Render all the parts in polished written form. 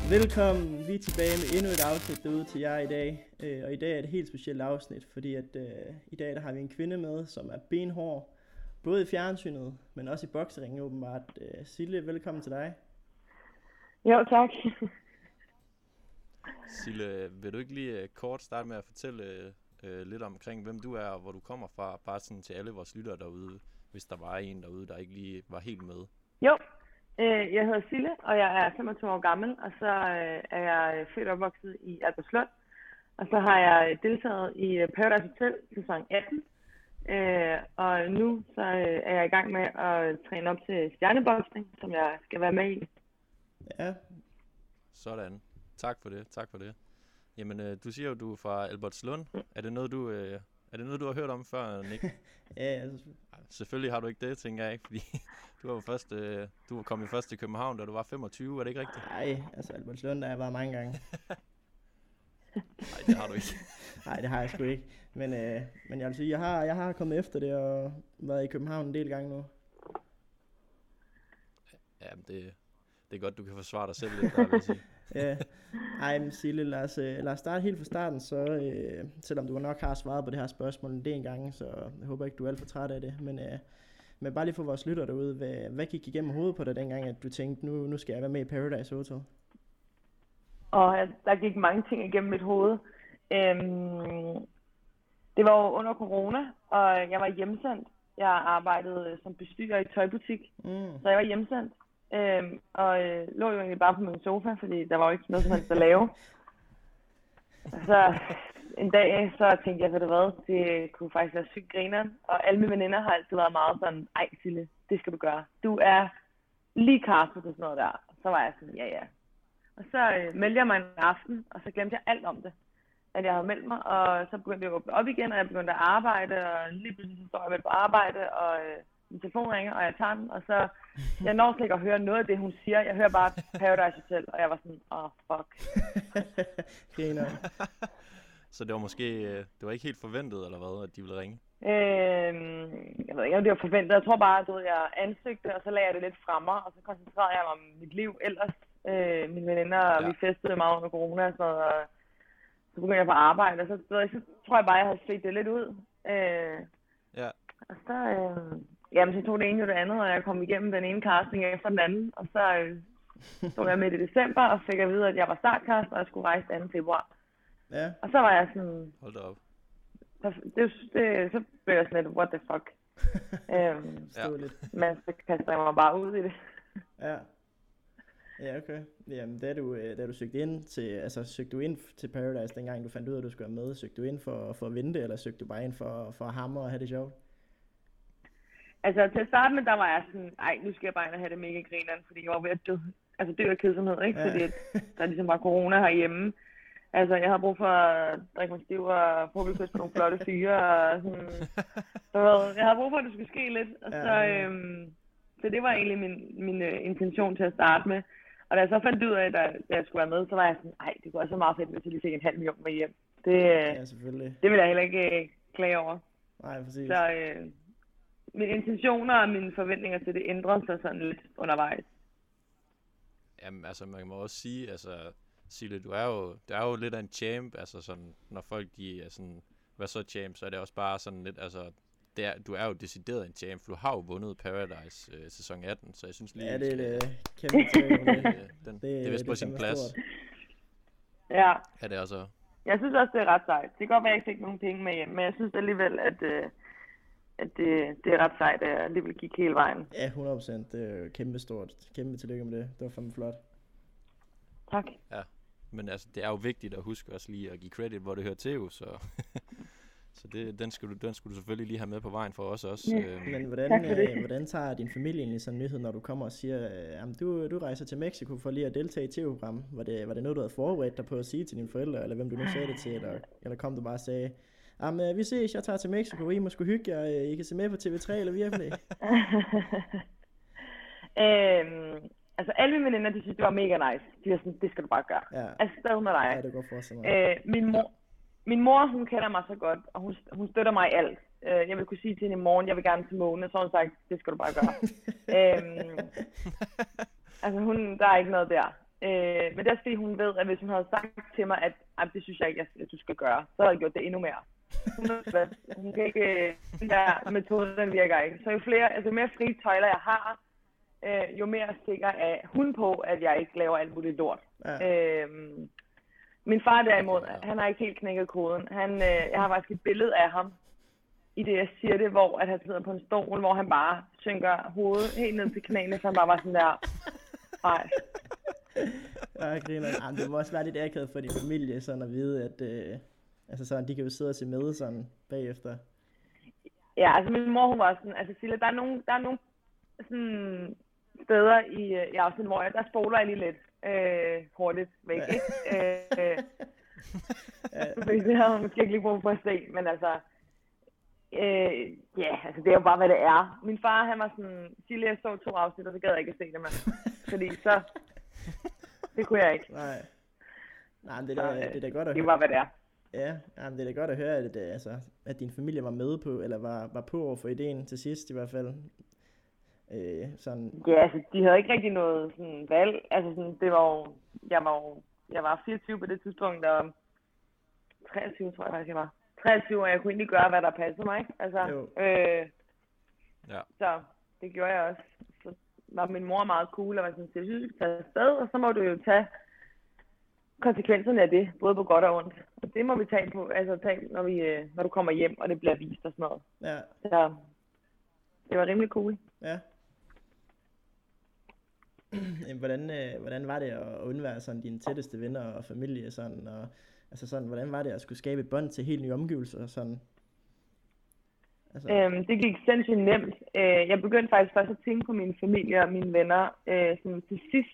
Velkommen, vi er tilbage med endnu et afsnit derude til jer i dag. Og i dag er det et helt specielt afsnit, fordi at i dag der har vi en kvinde med, som er benhård. Både i fjernsynet, men også i bokseringen åbenbart. Sille, velkommen til dig. Jo, tak. Sille, vil du ikke lige kort starte med at fortælle lidt omkring, hvem du er og hvor du kommer fra, bare sådan til alle vores lyttere derude, hvis der var en derude, der ikke lige var helt med? Jo, jeg hedder Sille, og jeg er 25 år gammel, og så er jeg født og opvokset i Albertslund. Og så har jeg deltaget i Paradise Hotel sæson 18. Og nu så er jeg i gang med at træne op til stjerneboksning, som jeg skal være med i. Ja. Sådan. Tak for det. Jamen, du siger jo, du er fra Albertslund. Er det noget, du har hørt om før, Nick? Ja, altså. Selvfølgelig har du ikke det, tænker jeg ikke, fordi du var kommet først til København, da du var 25, er det ikke rigtigt? Nej, altså Albertslund der har jeg været mange gange. Nej, det har du ikke. Nej, det har jeg sgu ikke. Men jeg vil sige, jeg har kommet efter det og været i København en del gange nu. Ja, det er godt, du kan forsvare dig selv lidt, der vil jeg sige. Ja. Ej, men Sille, lad os starte helt fra starten, så selvom du nok har svaret på det her spørgsmål en del gange, så jeg håber ikke, du er alt for træt af det. Men bare lige for vores lytter derude, hvad gik igennem hovedet på dig dengang, at du tænkte, nu skal jeg være med i Paradise Hotel? Og der gik mange ting igennem mit hoved. Det var jo under corona, og jeg var hjemsendt. Jeg arbejdede som bestyrer i tøjbutik, så jeg var hjemsendt. Og lå jo egentlig bare på min sofa, fordi der var jo ikke noget som helst at lave. Så en dag, så tænkte jeg, ved du hvad, det kunne faktisk være sygt grineren. Og alle mine veninder har altid været meget sådan, ej Sille, det skal du gøre. Du er lige castet til sådan noget der. Så var jeg sådan, ja. Og så meldte jeg mig en aften, og så glemte jeg alt om det. At jeg havde meldt mig, og så begyndte jeg at åbne op igen, og jeg begyndte at arbejde, og lige pludselig så står jeg med på arbejde, og min telefon ringer, og jeg tager den, og så, jeg når slet ikke at høre noget af det, hun siger. Jeg hører bare Paradise Hotel, og jeg var sådan, fuck. Griner. Så det var måske, det var ikke helt forventet, eller hvad, at de ville ringe? Jeg ved ikke, om det var forventet. Jeg tror bare, at jeg ansøgte, og så lagde jeg det lidt fremme, og så koncentrerede jeg mig om mit liv ellers. Mine veninder, og vi festede meget under corona og sådan noget, og så begyndte jeg på arbejde, og så tror jeg bare, jeg havde set det lidt ud. Ja. Og så, så tog det ene jo det andet, og jeg kom igennem den ene casting efter den anden, og så stod jeg midt i december, og fik at vide, at jeg var startcast, og jeg skulle rejse 2. februar. Ja. Og så var jeg sådan... Hold da op. Så blev jeg sådan lidt, what the fuck. Men så kaster jeg mig bare ud i det. Ja. Ja, okay. Jamen, da du søgte du ind til Paradise, dengang du fandt ud af, at du skulle være med, søgte du ind for at vinde det, eller søgte du bare ind for at hamre og have det sjovt? Altså, til at starte med, der var jeg sådan, nu skal jeg bare ind og have det mega grineren, fordi jeg var ved at dø af kedsomhed, ikke? Ja. Fordi der ligesom var corona herhjemme. Altså, jeg havde brug for at drikke mig stiv og få på nogle flotte fyre, og sådan, jeg havde brug for, at det skulle ske lidt, og så det var egentlig min intention til at starte med. Og da jeg så fandt ud af, at jeg skulle være med, så var jeg sådan, det kunne også være meget fedt, hvis jeg lige fik 500.000 med hjem. Ja, selvfølgelig. Det vil jeg heller ikke klage over. Nej, præcis. Så mine intentioner og mine forventninger til det ændrede sig sådan lidt undervejs. Jamen, altså, man må også sige, altså, Sille, du er jo lidt af en champ, altså sådan, når folk de er sådan, hvad så champ, så er det også bare sådan lidt, altså, du er jo decideret en champ, for du har jo vundet Paradise sæson 18, så jeg synes lige... Ja, det er det kæmpe ting. Det er vist på sin plads. Stort. Ja. Ja, det er også. Jeg synes også, det er ret sejt. Det kan godt være, at jeg ikke fik nogen penge med hjem, men jeg synes alligevel, at det er ret sejt, at jeg alligevel gik hele vejen. Ja, 100%. Det er jo kæmpe stort. Kæmpe tillykke med det. Det var fandme flot. Tak. Ja, men altså, det er jo vigtigt at huske også lige at give credit, hvor det hører til jo, så... Så den skulle du selvfølgelig lige have med på vejen for os også. Men hvordan tager din familie egentlig sådan en nyhed, når du kommer og siger, at du rejser til Mexico for lige at deltage i TV-program? Var det noget, du havde forberedt dig på at sige til dine forældre, eller hvem du nu sagde det til? Eller kom du bare og sagde, vi ses, jeg tager til Mexico, I må sgu hygge jer, I kan se med på TV3 eller Viaplay? Altså alle mine veninder, de synes, det var mega nice. De var sådan, det skal du bare gøre. Ja. Afsted med dig. Ja, det går for sig. Min mor, hun kender mig så godt, og hun støtter mig i alt. Jeg vil kunne sige til hende i morgen, jeg vil gerne til månen, og så har hun sagt, det skal du bare gøre. Altså der er ikke noget der. Men det er også fordi, hun ved, at hvis hun havde sagt til mig, at det synes jeg ikke, at du skal gøre, så havde jeg gjort det endnu mere. Hun kan ikke, den der metode, den virker ikke. Så jo mere frie tøjler jeg har, jo mere sikker er hun på, at jeg ikke laver alt muligt lort. Ja. Min far derimod, han har ikke helt knækket koden. Jeg har faktisk et billede af ham, i det jeg siger det, hvor at han sidder på en stol, hvor han bare synker hovedet helt ned til knæene, så han bare var sådan der, nej. Jeg griner. Det må også være lidt akavet for din familie, sådan at vide, at altså sådan, de kan jo sidde og se med sådan bagefter. Ja, altså min mor, hun var sådan, altså Silla, der er nogle sådan steder i afsnit, hvor der spoler jeg lige lidt hurtigt væk, ikke? Det havde hun måske ikke lige brug for at se, men altså, altså det er jo bare, hvad det er. Min far, han var sådan, Silla, jeg så 2 afsnit, og så gad jeg ikke at se det, mand. Fordi så, det kunne jeg ikke. Nej, det er da godt at høre. Det var, hvad det er. Ja, det er da godt at høre, at din familie var med på, eller var på over for ideen til sidst i hvert fald. Sådan. Ja, altså, de havde ikke rigtig noget sådan valg. Altså sådan, det var jo, jeg var 24 på det tidspunkt, og 23 tror jeg faktisk, jeg var. 23, og jeg kunne egentlig gøre, hvad der passede mig, ikke? Altså, ja. Så det gjorde jeg også. Så var min mor meget cool, og var sådan, jeg synes, vi skal tage afsted, og så må du jo tage konsekvenserne af det, både på godt og ondt. Og det må vi tage på, når du kommer hjem, og det bliver vist og sådan noget. Ja. Så det var rimelig cool. Ja. Hvordan var det at undvære sådan dine tætteste venner og familie sådan, og altså sådan, hvordan var det at skulle skabe et bånd til helt nye omgivelser sådan? Altså. Det gik sindssygt nemt. Jeg begyndte faktisk først at tænke på min familie og mine venner sådan til sidst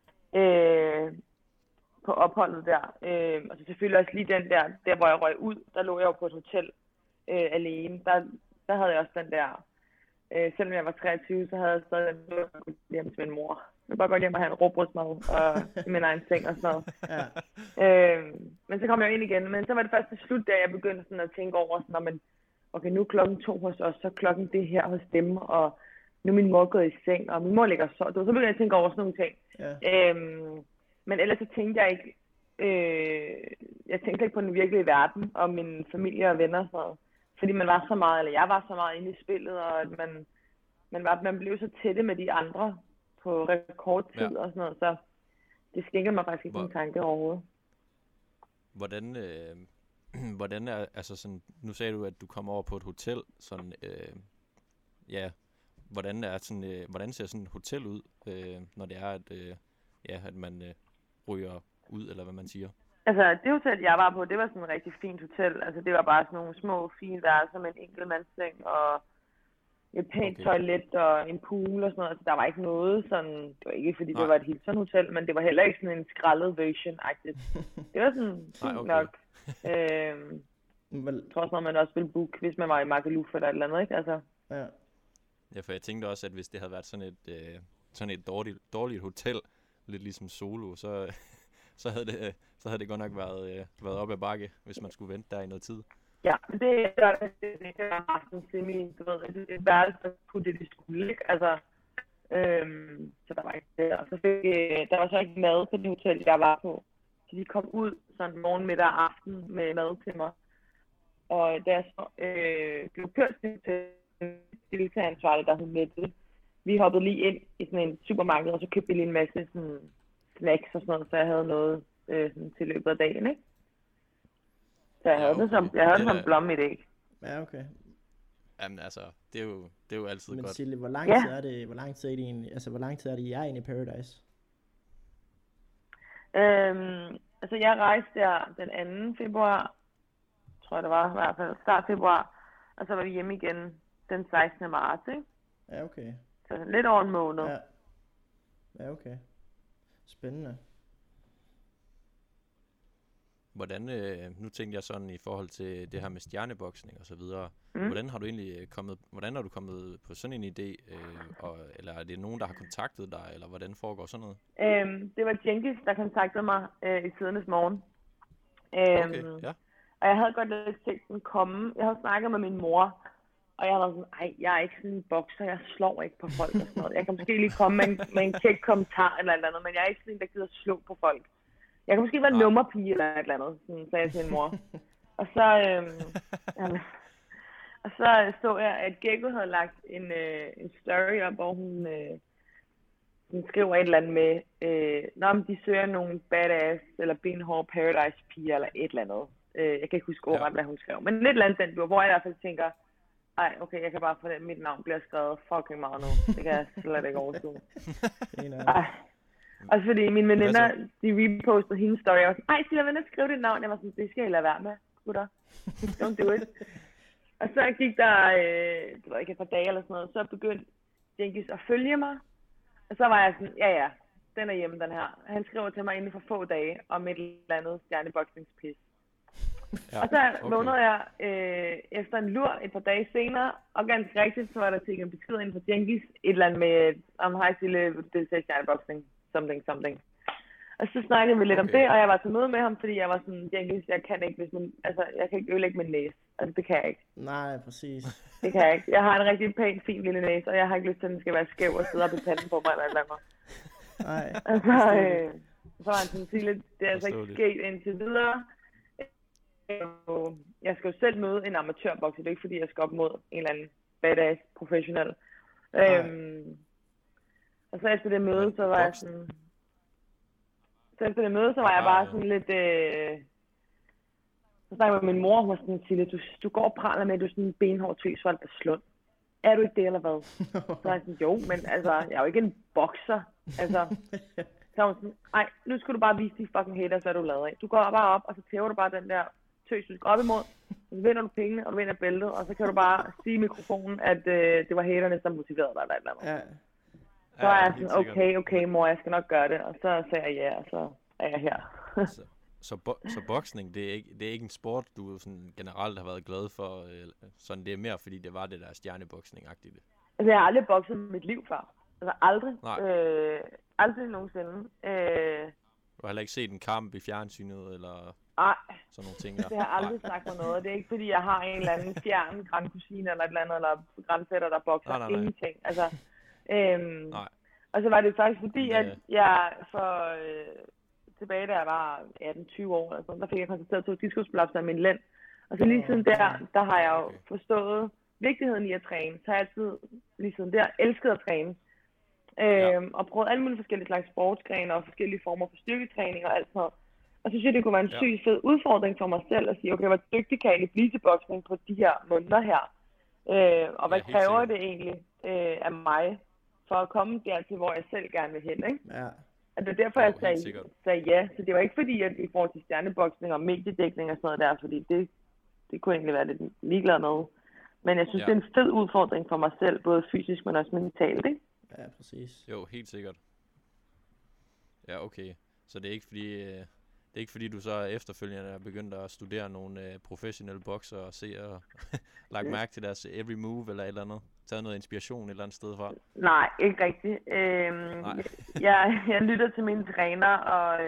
på opholdet der. Og så selvfølgelig også lige den der hvor jeg røg ud, der lå jeg jo på et hotel alene. Der havde jeg også den der, selvom jeg var 23, så havde jeg stadig den hjemme til min mor. Jeg vil bare godt hjem og have en råbrødsmad og min egen seng og sådan noget. Ja. Men så kom jeg jo ind igen. Men så var det først til slut, da jeg begyndte sådan at tænke over, sådan, men okay, nu er 2:00 hos os, så er det her hos dem, og nu er min mor gået i seng, og min mor ligger så begyndte jeg at tænke over sådan nogle ting. Ja. Men ellers så tænkte jeg ikke, jeg tænkte ikke på den virkelige verden, og min familie og venner, så, fordi man var så meget, eller jeg var så meget inde i spillet, og at man blev så tætte med de andre på rekordtid og sådan noget, så det skænkede mig faktisk ikke en tanke overhovedet. Hvordan er, altså sådan, nu sagde du, at du kom over på et hotel, sådan, hvordan ser sådan et hotel ud, når det er, at man ryger ud, eller hvad man siger? Altså, det hotel, jeg var på, det var sådan et rigtig fint hotel. Altså, det var bare sådan nogle små, fine værelser med en enkeltmandsseng og et pænt toilet og en pool og sådan noget. Altså, der var ikke noget sådan, det var ikke fordi det var et Hilton hotel, men det var heller ikke sådan en skrællet version-agtigt. Det var sådan fint nok. Jeg tror også, man også ville booke, hvis man var i Magaluf eller et eller andet, ikke? Altså. Ja, for jeg tænkte også, at hvis det havde været sådan et dårligt hotel, lidt ligesom Solo, så havde det godt nok været op ad bakke, hvis man skulle vente der i noget tid. Ja, det var sådan semi, du ved, et værelse, der kunne det skulle, ikke? Altså, så der var ikke det. Og så der var så ikke mad på det hotel, jeg var på. Så de kom ud sådan morgen, middag og aften med mad til mig. Og da jeg så blev kørt til deltageransvarlig, der hed Mette, vi hoppede lige ind i sådan en supermarked, og så købte vi lige en masse sådan snacks og sådan noget, så jeg havde noget sådan til løbet af dagen, ikke? Så jeg havde det som blomme i det, ikke? Ja, okay. Jamen altså, det er jo altid men godt. Men Sille, hvor lang tid er det, hvor lang tid er det, I er inde i Paradise? Altså jeg rejste der den 2. februar, tror jeg det var, i hvert fald start februar, og så var vi hjemme igen den 16. marts, ikke? Ja, okay. Så lidt over en måned. Ja, okay. Spændende. Hvordan, nu tænkte jeg sådan i forhold til det her med stjerneboksning og så videre, hvordan har du kommet på sådan en idé, eller er det nogen, der har kontaktet dig, eller hvordan foregår sådan noget? Det var Jenkins, der kontaktede mig i tidernes morgen. Okay, ja. Og jeg havde godt lidt set den komme. Jeg havde snakket med min mor Og jeg var sådan, ej, jeg er ikke sådan en bokser, jeg slår ikke på folk og sådan noget. Jeg kan måske lige komme med en kæk kommentar eller et eller andet, men jeg er ikke sådan en, der gider slå på folk. Jeg kan måske være nummerpige eller et eller andet, sådan sagde jeg til min mor. Og så, og så så jeg, at Gekko havde lagt en story op, hvor hun skriver et eller andet med, når de søger nogle badass eller benhårde paradise piger eller et eller andet. Jeg kan ikke huske ordret, hvad hun skrev, men et eller andet den, hvor jeg i hvert fald tænker, ej, okay, jeg kan bare få det, mit navn bliver skrevet fucking meget nu. Det kan jeg slet ikke overskue. Også fordi mine veninder, de repostede hendes story, og jeg var sådan, ej, Silla, vender, skriv dit navn. Jeg var sådan, det skal jeg lade være med, gutter. Don't do it. Og så gik der, det var ikke et par dage eller sådan noget, så begyndte Djengis at følge mig. Og så var jeg sådan, ja, den er hjemme, den her. Han skriver til mig inden for få dage om et eller andet stjerneboksningspis. Ja, og så vågnede jeg efter en lur et par dage senere, og ganske rigtigt, så var der til en besked inden for Djengis, et eller andet med, hej Sille, vil du deltage i stjerneboksning? Something. Og så snakkede vi lidt om det, og jeg var til møde med ham, fordi jeg var sådan, Djengis, jeg kan ikke, jeg kan ikke ødelægge min næse. Altså, det kan jeg ikke. Nej, præcis. Det kan jeg ikke. Jeg har en rigtig pæn, fin lille næse, og jeg har ikke lyst til, at den skal være skæv og sidde op i panden på mig eller et eller andet. Nej. Så var han sådan, Sille, det er altså ikke sket indtil videre. Jeg skal jo selv møde en amatørbokser, det er ikke fordi, jeg skal op mod en eller anden badass professionel. Og så efter det møde, så var jeg sådan... jeg bare sådan lidt... Så snakkede jeg med min mor, hun var sådan, Sille, du går og praler med, at du er sådan en benhård tøsvold på Slund. Er du ikke det, eller hvad? Så var jeg sådan, jo, men altså, jeg er jo ikke en bokser. Altså, så var hun sådan, ej, nu skal du bare vise de fucking haters, hvad du lavede af. Du går bare op, og så tæver du bare den der tøs, du skal op imod. Og så vinder du pengene, og du vinder bæltet, og så kan du bare sige i mikrofonen, at det var haterne, som motiverede dig, eller andet. Ja. Så var jeg sådan, okay, mor, jeg skal nok gøre det. Og så sagde jeg ja, og så er jeg her. Så boksning, det er ikke en sport, du sådan generelt har været glad for? Sådan det er mere, fordi det var det der stjerneboksning-agtigt? Altså, jeg har aldrig bokset i mit liv før. Altså, aldrig. Aldrig nogensinde. Du har heller ikke set en kamp i fjernsynet, eller sådan nogle ting der? Det har aldrig sagt mig noget. Det er ikke, fordi jeg har en eller anden fjern grandkusine, eller et eller andet, eller grandfætter, der bokser. Nej. Ingenting. Altså, og så var det faktisk fordi, at jeg for... tilbage, da jeg var 18-20 år, eller sådan, der fik jeg konstateret 2 diskusprolapser af min lænd. Og så lige siden der har jeg jo forstået vigtigheden i at træne. Så har jeg altid lige siden der elsket at træne. Og prøvet alle mulige forskellige slags sportsgrene og forskellige former for styrketræning og alt sådan noget. Og så synes jeg, det kunne være en sygt fed udfordring for mig selv at sige, okay, hvor dygtig kan jeg egentlig blive til boksning på de her måneder her? Og hvad kræver det egentlig af mig for at komme dertil, hvor jeg selv gerne vil hen, ikke? Ja. Og det er derfor, jeg sagde ja. Så det var ikke fordi, at i forhold til stjerneboksning og mediedækning og sådan noget der, fordi det kunne egentlig være lidt ligeglad med. Men jeg synes, det er en fed udfordring for mig selv, både fysisk, men også mentalt, ikke? Ja, præcis. Jo, helt sikkert. Ja, okay. Så det er ikke fordi, du så efterfølgende er begyndt at studere nogle professionelle bokser og se og lagt mærke til deres every move eller et eller andet? Taget noget inspiration et eller andet sted fra? Nej, ikke rigtigt. Jeg lytter til mine træner, og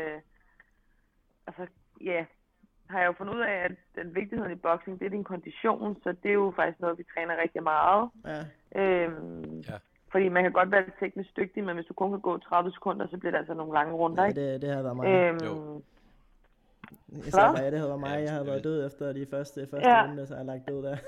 har jeg jo fundet ud af, at den vigtighed i boksning, det er din kondition, så det er jo faktisk noget, vi træner rigtig meget. Ja. Fordi man kan godt være teknisk dygtig, men hvis du kun kan gå 30 sekunder, så bliver det altså nogle lange runder, ikke? Ja, det havde været mig. Jeg sagde bare, det havde været mig. Jeg havde været død efter de første runder, så jeg lagt død der.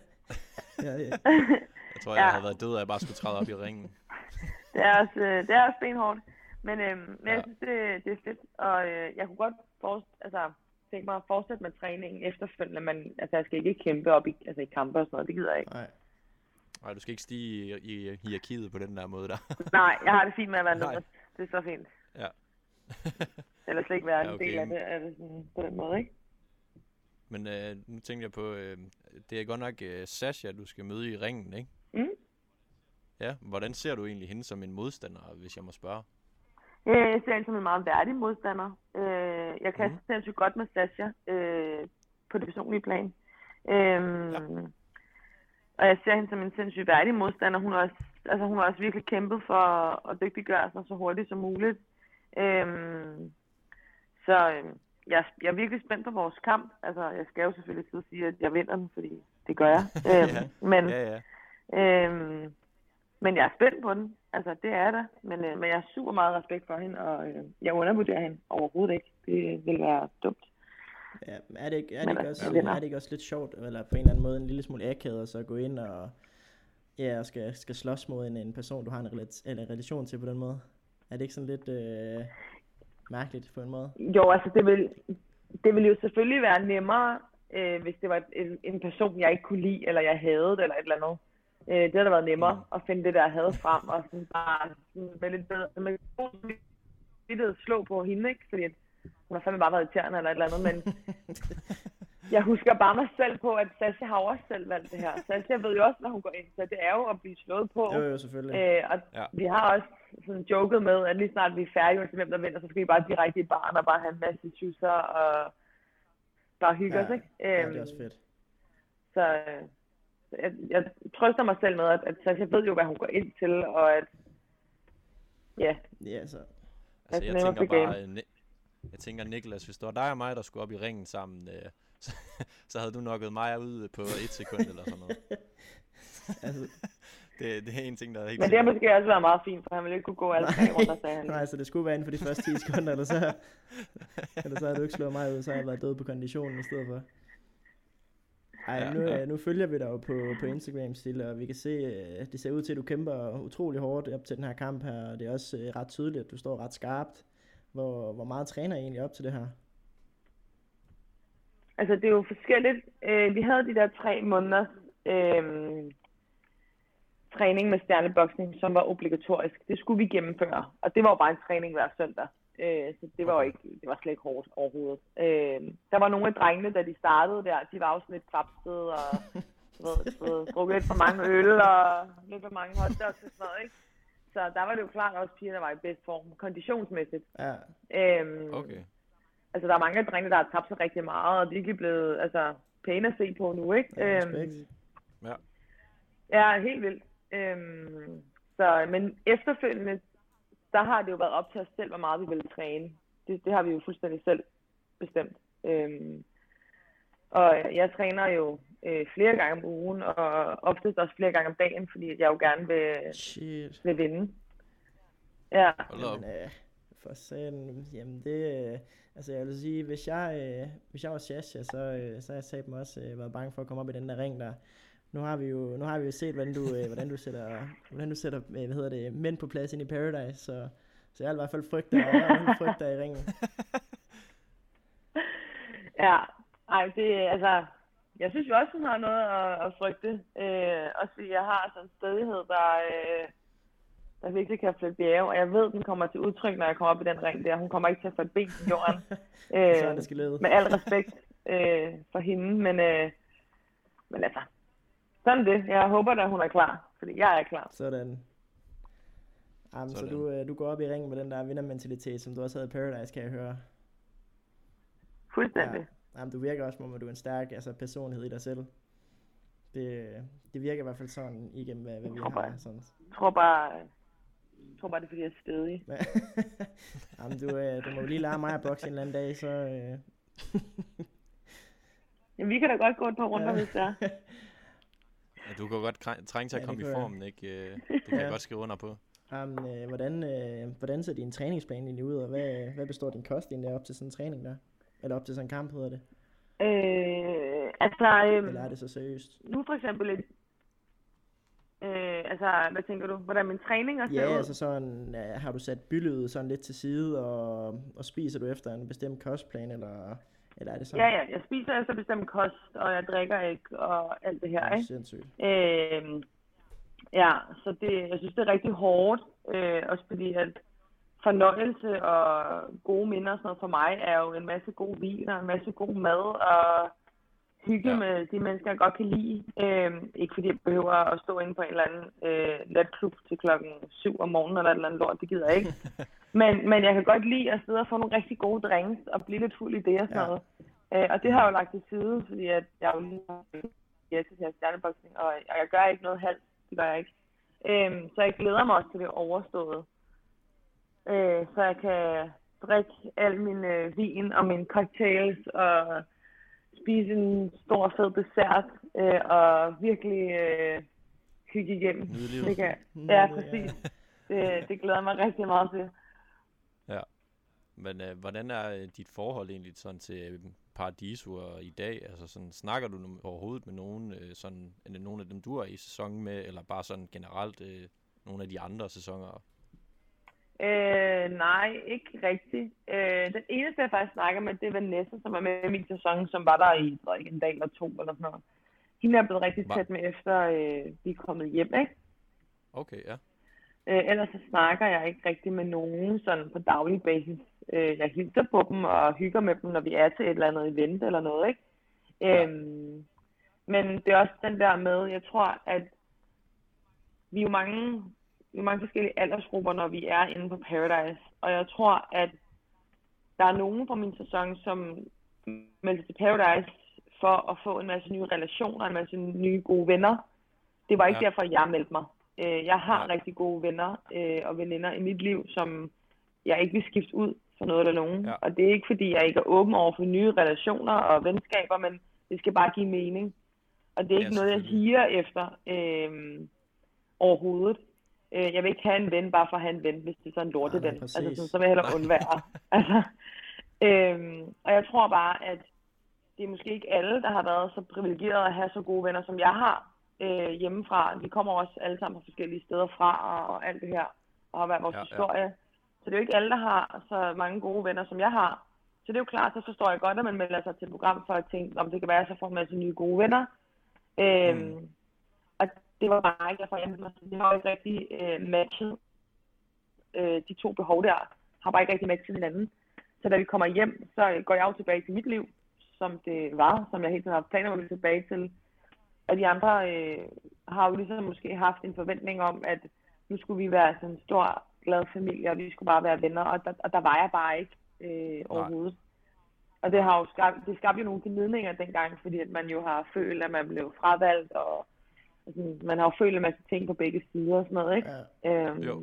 Jeg tror, jeg havde været død, at jeg bare skulle træde op i ringen. Det er også benhårdt. Men jeg synes, det er fedt. Og jeg kunne godt tænke mig at fortsætte med træningen efterfølgende. Men jeg skal ikke kæmpe op i kampe og sådan noget. Det gider jeg ikke. Nej, du skal ikke stige i hierarkiet på den der måde der. Nej, jeg har det fint med at være nummer. Det er så fint. Ja. Eller slet ikke være en del af det, sådan, på den måde, ikke? Men nu tænker jeg på, det er godt nok Sasha, du skal møde i ringen, ikke? Mm. Ja, hvordan ser du egentlig hende som en modstander, hvis jeg må spørge? Jeg ser hende som en meget værdig modstander. Jeg kan sindssygt godt med Sasha på det personlige plan. Og jeg ser hende som en sindssygt værdig modstander. Hun har også virkelig kæmpet for at dygtiggøre sig så hurtigt som muligt. Jeg er virkelig spændt på vores kamp. Altså, jeg skal jo selvfølgelig sige, at jeg vinder den, fordi det gør jeg. Men, ja. Men jeg er spændt på den. Altså, det er der. Men jeg har super meget respekt for hende, og jeg undervurderer hende overhovedet ikke. Det vil være dumt. Ja, er det ikke også lidt sjovt, eller på en eller anden måde en lille smule akavet, og så gå ind og skal slås mod en person, du har en relation til på den måde? Er det ikke sådan lidt mærkeligt på en måde? Jo, altså det vil jo selvfølgelig være nemmere, hvis det var en person, jeg ikke kunne lide, eller jeg hadede, eller et eller andet. Det havde da været nemmere at finde det der had frem, og sådan bare med lidt bedre, med god slå på hende, ikke? Fordi hun har fandme bare været irriterende eller et eller andet, men jeg husker bare mig selv på, at Sasha har også selv valgt det her. Sasha ved jo også, når hun går ind, så det er jo at blive slået på. Jo, selvfølgelig. Og vi har også sådan joket med, at lige snart vi er færdige, uanset hvem der vinder, så skal vi bare direkte i baren og bare have en masse schusser og bare hygge os, ikke? Ja, det er også fedt. Så jeg trøster mig selv med, at Sasha ved jo, hvad hun går ind til, og at så. Altså, jeg tænker, Niklas, hvis det var dig og mig, der skulle op i ringen sammen, så havde du nokket mig ud på 1 sekund eller sådan noget. Altså, det er en ting, der er helt... Men det har måske også været meget fint, for han ville ikke kunne gå alle 3 runder, sagde han. Nej, så det skulle være inden for de første 10 sekunder, eller så havde du ikke slået mig ud, så havde jeg været død på konditionen i stedet for. Nu følger vi dig jo på Instagram, Stille, og vi kan se, at det ser ud til, at du kæmper utrolig hårdt op til den her kamp her, og det er også ret tydeligt, at du står ret skarpt. Hvor meget træner I egentlig op til det her? Altså, det er jo forskelligt. Vi havde de der 3 måneders træning med stjerneboksning, som var obligatorisk. Det skulle vi gennemføre, og det var jo bare en træning hver søndag. Så det var jo ikke, det var slet ikke hårdt overhovedet. Der var nogle af drengene, da de startede der, de var jo sådan lidt kvapsede og drukket lidt for mange øl og lidt for mange hotdogs og sådan noget, ikke? Så der var det jo klart også piger, der var i bedst form, konditionsmæssigt. Ja. Okay. Altså, der er mange af drengene, der har tabt sig rigtig meget, og de er virkelig blevet pæne at se på nu, ikke? Ja, helt vildt. Men efterfølgende, der har det jo været op til os selv, hvor meget vi ville træne. Det har vi jo fuldstændig selv bestemt. Og jeg træner jo flere gange om ugen, og oftest også flere gange om dagen, fordi jeg jo gerne vil vinde. Ja. For sagen, jamen det, altså jeg vil sige, hvis jeg var Sasha, så har jeg sagt mig også været bange for at komme op i den der ring der. Nu har vi jo set, hvordan du sætter mænd på plads ind i Paradise, så jeg er i hvert fald frygter i ringen. Ja, altså, jeg synes jo også, hun har noget at frygte. Også fordi jeg har sådan en stødighed, der virkelig kan flytte bjerge, og jeg ved, den kommer til udtryk, når jeg kommer op i den ring der. Hun kommer ikke til at få et ben i jorden. Med al respekt for hende, men altså, sådan det. Jeg håber da, hun er klar, fordi jeg er klar. Sådan. Jamen, så du går op i ringen med den der vindermentalitet, som du også havde i Paradise, kan jeg høre. Fuldstændig. Ja. Jamen, du virker også, som om du er en stærk personlighed i dig selv. Det virker i hvert fald sådan igennem, hvad vi har. Sådan. Jeg tror bare, det er fordi, jeg er stedig. Jamen, du må jo lige lære mig at bokse en eller anden dag, så... Jamen, vi kan da godt gå et par runder, hvis det er. Ja, du kan godt trænge til at komme i formen, ikke? Det kan jeg godt skrive under på. Hvordan ser din træningsplan egentlig ud, og hvad består din kost egentlig op til sådan en træning der? Eller op til sådan en kamp, hedder det? Eller er det så seriøst? Nu for eksempel hvad tænker du? Hvordan min træning er? Ja, altså sådan, har du sat bylødet sådan lidt til side, og spiser du efter en bestemt kostplan, eller er det sådan? Ja, jeg spiser efter bestemt kost, og jeg drikker ikke, og alt det her, ikke? Sindssygt. Så jeg synes, det er rigtig hårdt, også fordi at fornøjelse og gode minder og sådan noget for mig er jo en masse god vin og en masse god mad og hygge med de mennesker, jeg godt kan lide. Ikke fordi jeg behøver at stå inde på en eller anden natklub til 7 om morgenen eller et eller andet lort, det gider jeg ikke. Men jeg kan godt lide at sidde og få nogle rigtig gode drinks og blive lidt fuld i det og sådan noget. Og det har jeg jo lagt til side, fordi at jeg jo lige har til her stjerneboksning, og jeg gør ikke noget halvt, det gør jeg ikke. Så jeg glæder mig også til det overståede. Så jeg kan drikke al min vin og mine cocktails og spise en stor fed dessert og virkelig hygge igennem. Det kan, ja, præcis. Det glæder mig rigtig meget til. Ja. Men hvordan er dit forhold egentlig sådan til Paradiso i dag? Altså sådan, snakker du overhovedet med nogen, sådan, eller nogen af dem, du er i sæsonen med, eller bare sådan generelt nogle af de andre sæsoner? Nej, ikke rigtigt. Den eneste, jeg faktisk snakker med, det er Vanessa, som er med i min sæson, som var der i en dag eller to, eller sådan noget. Hende er blevet rigtig tæt med, efter vi er kommet hjem, ikke? Okay, ja. Ellers så snakker jeg ikke rigtig med nogen sådan på daglig basis. Jeg hilser på dem og hygger med dem, når vi er til et eller andet event eller noget, ikke? Ja. Men det er også den der med, jeg tror, at vi er jo mange forskellige aldersgrupper, når vi er inde på Paradise. Og jeg tror, at der er nogen fra min sæson, som melder til Paradise for at få en masse nye relationer, en masse nye gode venner. Det var ikke derfor, jeg meldte mig. Jeg har rigtig gode venner og veninder i mit liv, som jeg ikke vil skifte ud for noget eller nogen. Ja. Og det er ikke, fordi jeg ikke er åben over for nye relationer og venskaber, men det skal bare give mening. Og det er ikke noget, jeg higer efter overhovedet. Jeg vil ikke have en ven bare for at have en ven, hvis det er sådan en lorteven. Altså, så vil jeg hellere undvære. Altså, og jeg tror bare, at det er måske ikke alle, der har været så privilegeret at have så gode venner, som jeg har hjemmefra. Vi kommer også alle sammen fra forskellige steder fra og alt det her, og har været vores historie. Så det er jo ikke alle, der har så mange gode venner, som jeg har. Så det er jo klart, så forstår jeg godt, at man melder sig til et program for at tænke, om det kan være, at så får en masse nye gode venner. Og det var bare ikke derfor, jeg har ikke rigtig matchet de to behov der. Har bare ikke rigtig matchet hinanden. Så da vi kommer hjem, så går jeg jo tilbage til mit liv, som det var, som jeg hele tiden har haft planer om at tilbage til. Og de andre har jo ligesom måske haft en forventning om, at nu skulle vi være sådan en stor, glad familie, og vi skulle bare være venner, og der var jeg bare ikke overhovedet. Og det har jo skabte jo nogle gnidninger dengang, fordi at man jo har følt, at man blev fravalgt, og altså, man har jo følt en masse ting på begge sider og sådan noget, ikke? Ja.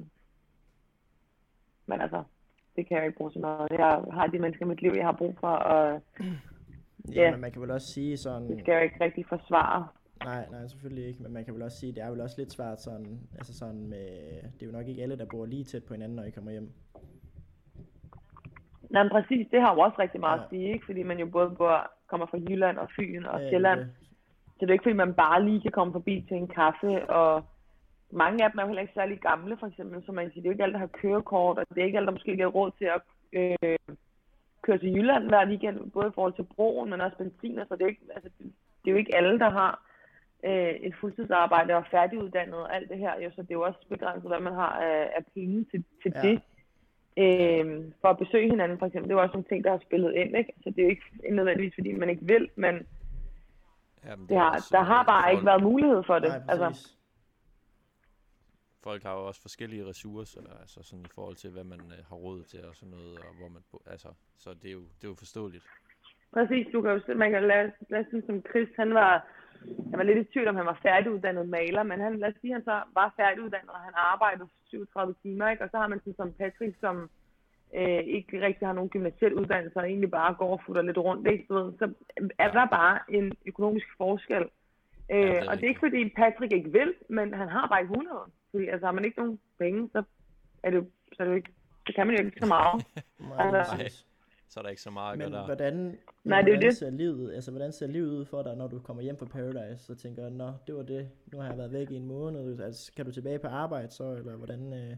Men altså, det kan jeg ikke bruge så meget. Jeg har de mennesker i mit liv, jeg har brug for, og ja, men man kan vel også sige sådan... Det skal jeg jo ikke rigtig forsvare. Nej, selvfølgelig ikke, men man kan vel også sige, det er vel også lidt svært sådan, altså sådan med, det er jo nok ikke alle, der bor lige tæt på hinanden, når I kommer hjem. Nej, men præcis, det har jo også rigtig meget at sige, ikke? Fordi man jo både kommer fra Jylland og Fyn og Sjælland. Så det er ikke, fordi man bare lige kan komme forbi til en kaffe, og mange af dem er jo heller ikke særlig gamle, for eksempel, så man kan sige, det er jo ikke alle, der har kørekort, og det er ikke alle, der måske lige har råd til at køre til Jylland hver weekend, både i forhold til broen, men også benziner, så det er, ikke, altså, det er jo ikke alle, der har et fuldtidsarbejde og færdiguddannet og alt det her, jo, så det er jo også begrænset, hvad man har af penge til det. For at besøge hinanden, for eksempel, det er jo også nogle ting, der har spillet ind, ikke? Så det er jo ikke nødvendigvis, fordi man ikke vil, men der har bare ikke været mulighed for det. Nej, altså. Folk har jo også forskellige ressourcer, altså sådan i forhold til, hvad man har råd til og sådan noget, og hvor man altså, så det er jo forståeligt. Præcis, du kan jo man kan lade sige som Chris, han var lidt i tvivl, om han var færdiguddannet maler, men lad os sige, han så var færdiguddannet, og han arbejdede 37 timer, ikke? Og så har man sådan som Patrick, som ikke rigtig har nogen gymnasiel uddannelse, og egentlig bare går og futter lidt rundt, ikke? Så er der bare en økonomisk forskel. Og det er ikke fordi Patrick ikke vil, men han har bare ikke muligheden. Fordi altså, har man ikke nogen penge, så kan man jo ikke så meget. Nej, så er der ikke så meget. Men hvordan ser livet ud for dig, når du kommer hjem fra Paradise, så tænker jeg, det var det, nu har jeg været væk i en måned, altså kan du tilbage på arbejde så, eller hvordan?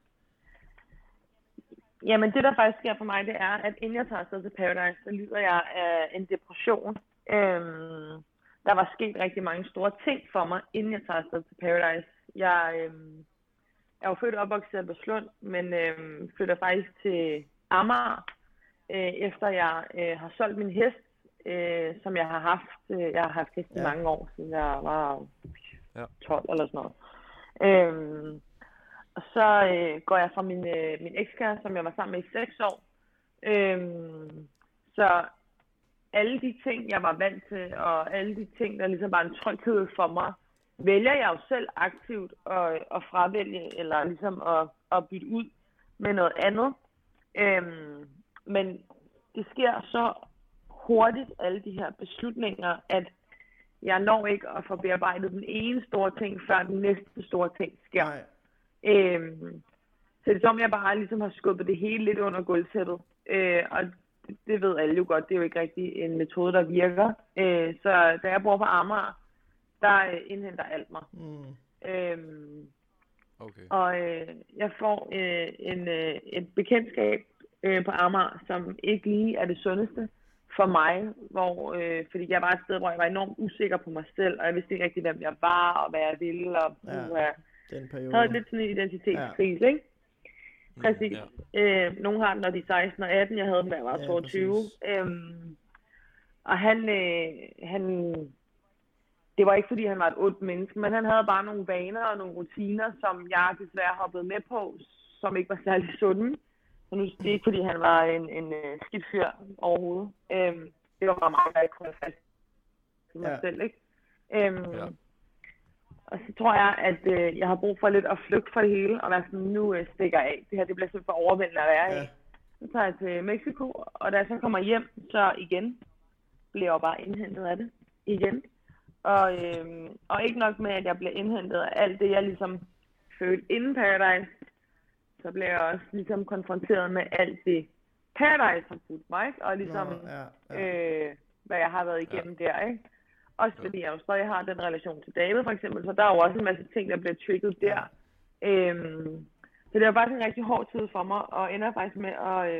Jamen det der faktisk sker for mig, det er, at inden jeg tager afsted til Paradise, så lider jeg af en depression. Der var sket rigtig mange store ting for mig, inden jeg tager afsted til Paradise. Jeg er jo født og opvokset i Albertslund, men flytter faktisk til Amager, efter jeg har solgt min hest, som jeg har haft. Jeg har haft hest i mange år, siden jeg var 12 eller sådan noget. Og så går jeg fra min ekskæreste, som jeg var sammen med i 6 år. Så alle de ting, jeg var vant til, og alle de ting, der ligesom var en tryghed for mig, vælger jeg jo selv aktivt at fravælge, eller ligesom at bytte ud med noget andet. Men det sker så hurtigt, alle de her beslutninger, at jeg når ikke at få bearbejdet den ene store ting, før den næste store ting sker. Nej. Så det er som, jeg bare ligesom har skubbet det hele lidt under gulvtæppet. Og det ved alle jo godt, det er jo ikke rigtig en metode, der virker. Så da jeg bor på Amager, der indhenter alt mig. Okay. Og jeg får et bekendtskab på Amager, som ikke lige er det sundeste for mig, fordi jeg var et sted, hvor jeg var enormt usikker på mig selv, og jeg vidste ikke rigtig, hvem jeg var, og hvad jeg ville, og den periode. havde lidt sådan en identitetskrise, ikke? Præcis. Ja. Nogle har den, når de er 16 og 18, jeg havde den, da jeg var 22. Og han, det var ikke fordi, han var et ondt menneske, men han havde bare nogle vaner og nogle rutiner, som jeg desværre hoppede med på, som ikke var særlig sunde. Så nu det er ikke fordi, han var en skidt fyr overhovedet. Det var bare mig, der ikke kunne have fast til mig selv, ikke? Og så tror jeg, at jeg har brug for lidt at flygte fra det hele, og være sådan, nu stikker jeg af. Det her, det bliver simpelthen for overvældende at være af. Så tager jeg til Mexico, og da jeg så kommer hjem, så igen bliver jeg bare indhentet af det. Igen. Og ikke nok med, at jeg bliver indhentet af alt det, jeg ligesom følte inden Paradise, så bliver jeg også ligesom konfronteret med alt det, Paradise har budt mig, ikke? Og ligesom, hvad jeg har været igennem der, ikke? Også fordi jeg jo stadig har den relation til David, for eksempel, så der er jo også en masse ting, der bliver trigget der. Så det var faktisk en rigtig hård tid for mig, og ender faktisk med,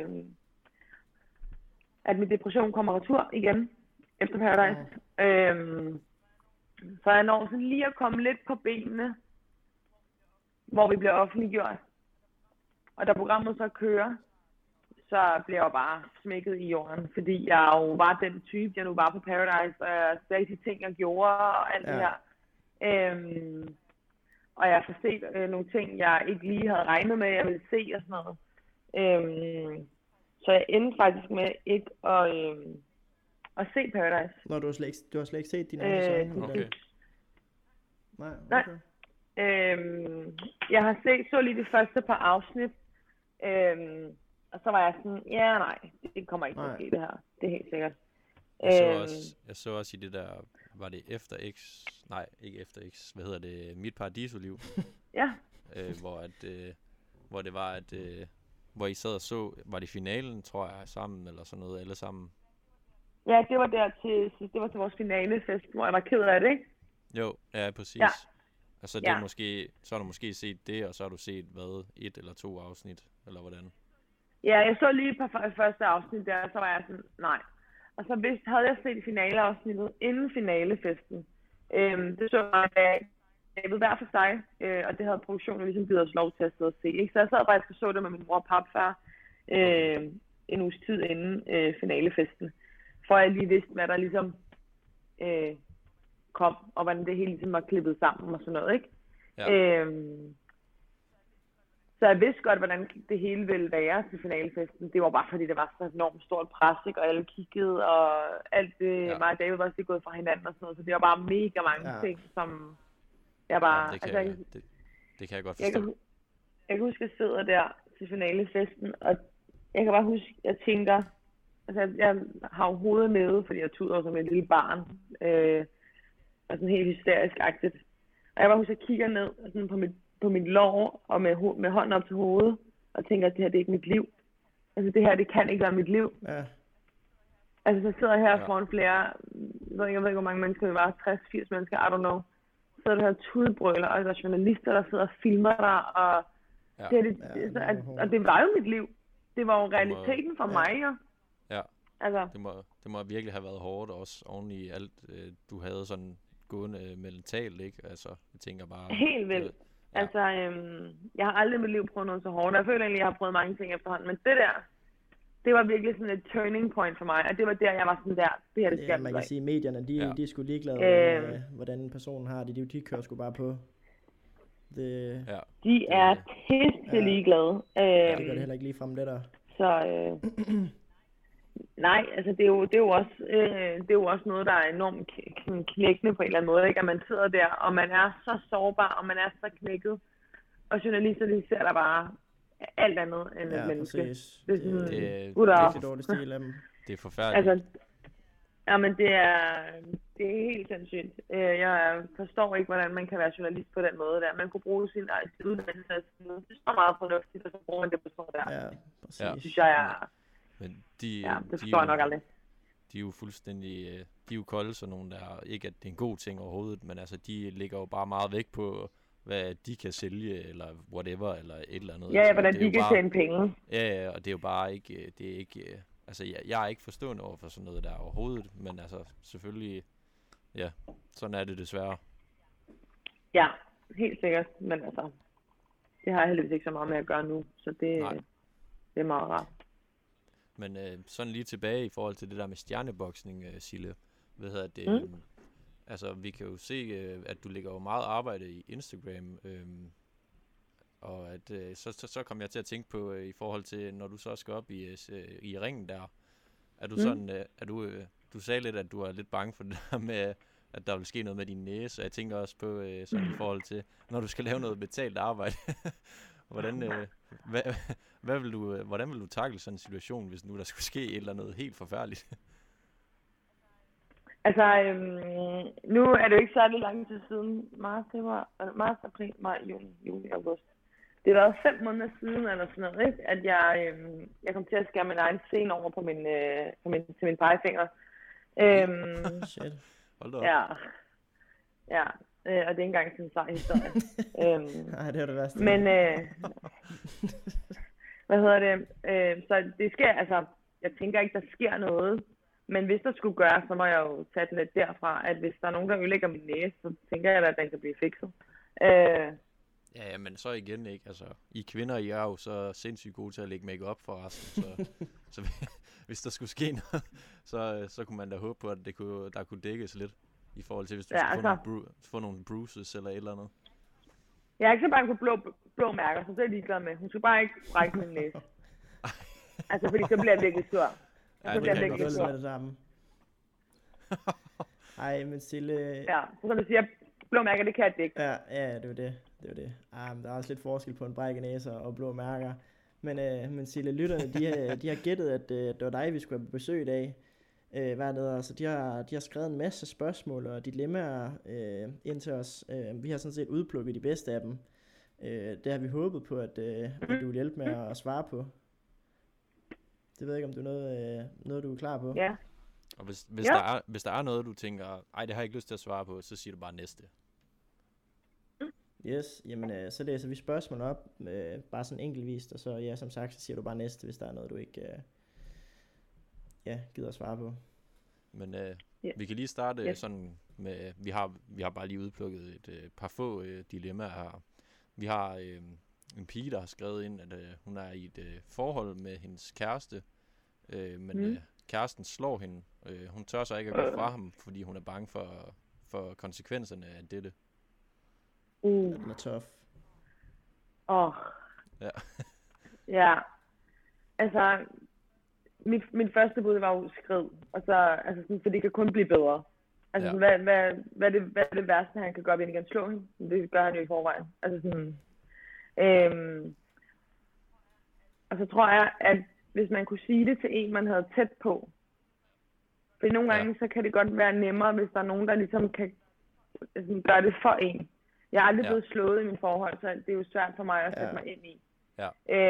at min depression kommer retur igen, efter Paradise. Så jeg når sådan lige at komme lidt på benene, hvor vi bliver offentliggjort. Og da programmet så kører, så bliver jeg bare smækket i jorden, fordi jeg jo var den type, jeg nu var på Paradise, og jeg sagde de ting, jeg gjorde, og alt det her. Og jeg har set nogle ting, jeg ikke lige havde regnet med, jeg ville se og sådan noget. Så jeg endte faktisk med ikke at se Paradise. Nå, du har slet ikke set din egen sæson? Okay. Nej. Jeg har så lige de første par afsnit, og så var jeg sådan, nej, det kommer ikke til at ske det her. Det er helt sikkert. Jeg så også i det der, var det efter X, nej, ikke efter X, hvad hedder det, Mit Paradisoliv. Ja. Hvor det var, at hvor I sad og så, var det finalen, tror jeg, sammen, eller sådan noget, alle sammen? Ja, det var det var til vores finalefest, hvor jeg var ked af det, ikke? Jo, ja, præcis. Ja. Altså, det måske, så har du måske set det, og så har du set, 1 eller 2 afsnit, eller hvordan? Ja, jeg så lige på første afsnit der, og så var jeg sådan, nej. Og så havde jeg set finaleafsnittet inden finalefesten. Det så jeg ved hver for sig, og det havde produktionen ligesom givet os lov til at sidde og se. Ikke? Så jeg sad faktisk og så det med min bror og papfar en uges tid inden finalefesten. For jeg lige vidste, hvad der ligesom kom, og hvordan det hele ligesom var klippet sammen og sådan noget, ikke? Ja. Så jeg vidste godt, hvordan det hele ville være til finalefesten. Det var bare fordi, det var så enormt stort pres, ikke? Og alle kiggede, og alt det, mig og David var også gået fra hinanden og sådan noget. Så det var bare mega mange ting, som jeg bare... det kan jeg godt forstå. Jeg kan huske, at jeg sidder der til finalefesten, og jeg kan bare huske, jeg tænker... Altså, jeg har jo hovedet nede, fordi jeg tuder som et lille barn. Og sådan helt hysterisk-agtigt. Og jeg bare husker, at jeg kigger ned sådan på mit lår, og med hånden op til hovedet, og tænker, at det her, det er ikke mit liv. Altså, det her, det kan ikke være mit liv. Ja. Altså, så sidder jeg her foran flere, jeg ved ikke, hvor mange mennesker vi var, 60-80 mennesker, I don't know. Så sidder der her tudbrøler, og der er journalister, der sidder og filmer dig, og og det var jo mit liv. Det var jo realiteten for mig, jo. Ja, altså. Det må virkelig have været hårdt også, oven i alt, du havde sådan gående mentalt, ikke? Altså, jeg tænker bare... Helt vildt. Ja. Altså, jeg har aldrig i mit liv prøvet noget så hårdt. Jeg føler egentlig, jeg har prøvet mange ting efterhånden, men det der, det var virkelig sådan et turning point for mig, og det var der, jeg var sådan der, det her, det skal man kan sige, medierne, de er sgu ligeglade med, hvordan personen har det. De kører sgu bare på. De er pisse ligeglade. Det gør det heller ikke lige frem det der. Så... Nej, altså det er jo også noget, der er enormt knækkende på en eller anden måde, ikke? At man sidder der, og man er så sårbar, og man er så knækket, og journalister, de ser der bare alt andet end et menneske. Præcis. Det er sådan, det er dårligt stil af dem. Det er forfærdeligt. Altså, Jamen, det er helt sindssygt. Jeg forstår ikke, hvordan man kan være journalist på den måde der. Man kunne bruge sin uddannelse og sådan noget. Det er så meget fornuftigt, og så bruger man det på sådan der. Ja, præcis. Det synes jeg er... Men det forstår jeg nok aldrig. De er jo fuldstændig, de er jo kolde, sådan nogle der, ikke at det er en god ting overhovedet, men altså, de ligger jo bare meget væk på, hvad de kan sælge, eller whatever, eller et eller andet. Ja, altså, hvordan de kan tjene penge. Ja, og det er jo bare ikke, det er ikke, altså, jeg er ikke forstående over for sådan noget der overhovedet, men altså, selvfølgelig, ja, sådan er det desværre. Ja, helt sikkert, men altså, det har jeg heldigvis ikke så meget med at gøre nu, så det er meget rart. Men sådan lige tilbage i forhold til det der med stjerneboksning, Sille, hvad hedder det? Altså, vi kan jo se, at du lægger jo meget arbejde i Instagram, og at så kom jeg til at tænke på i forhold til, når du så skal op i ringen der, er du sådan, du sagde lidt, at du er lidt bange for det der med, at der vil ske noget med din næse, og jeg tænker også på sådan i forhold til, når du skal lave noget betalt arbejde. Hvordan vil du tackle sådan en situation, hvis nu der skulle ske et eller andet helt forfærdeligt? Altså, nu er det jo ikke særlig lang tid siden, marts, april, maj, juni, august. Det har været 5 måneder siden, eller sådan noget, ikke? At jeg kom til at skære min egen scene over på til min pegefinger. Shit. Hold da op. Ja, og det er ikke engang sådan en sej historie. Nej, det er det værste. Men, hvad hedder det? Så det sker, altså, jeg tænker ikke, der sker noget. Men hvis der skulle gøre, så må jeg jo tage den lidt derfra, at hvis der er nogen, der ødelægger min næse, så tænker jeg, at den kan blive fikset. Ja, men så igen ikke. Altså, I kvinder, I er jo så sindssygt gode til at lægge make-up for resten. Så hvis der skulle ske noget, så kunne man da håbe på, at der kunne dækkes lidt. I forhold til, hvis du skulle få nogle bruises eller et eller andet. Jeg er ikke så bange for blå mærker, så det er jeg ligeglad med. Hun skal bare ikke brække min næse. Altså, fordi så bliver jeg virkelig stor. Ja, så bliver jeg virkelig stor. Det samme. Ej, men Sille... Ja, så som du siger, blå mærker, det kan jeg dække. Ja, det var det. Men der er også lidt forskel på en brækket næse og blå mærker. Men Sille, lytterne, de har gættet, at det var dig, vi skulle have besøg i dag. Så de har skrevet en masse spørgsmål og dilemmaer ind til os. Vi har sådan set udplukket de bedste af dem. Det har vi håbet på, at du vil hjælpe med at svare på. Det ved jeg ikke, om det er noget du er klar på. Ja. Og hvis der er noget, du tænker, ej, det har jeg ikke lyst til at svare på, så siger du bare næste. Yes, jamen så læser vi spørgsmål op, bare sådan enkeltvist, og så som sagt, så siger du bare næste, hvis der er noget, du ikke gider at svare på. Men vi kan lige starte sådan med, vi har bare lige udplukket et par få dilemmaer her. Vi har en pige, der har skrevet ind, at hun er i et forhold med hendes kæreste, men kæresten slår hende. Hun tør så ikke at gå fra ham, fordi hun er bange for konsekvenserne af dette. Det er tough. Ja. Ja. Altså, mit første bud var jo skriv, og så, altså sådan, for det kan kun blive bedre. Altså, sådan, hvad er det værste, han kan gøre, hvis han kan slå hende? Det gør han jo i forvejen. Altså sådan, og så tror jeg, at hvis man kunne sige det til en, man havde tæt på, for nogle gange, så kan det godt være nemmere, hvis der er nogen, der ligesom kan sådan, gøre det for en. Jeg er aldrig blevet slået i min forhold, så det er jo svært for mig at sætte mig ind i. Ja.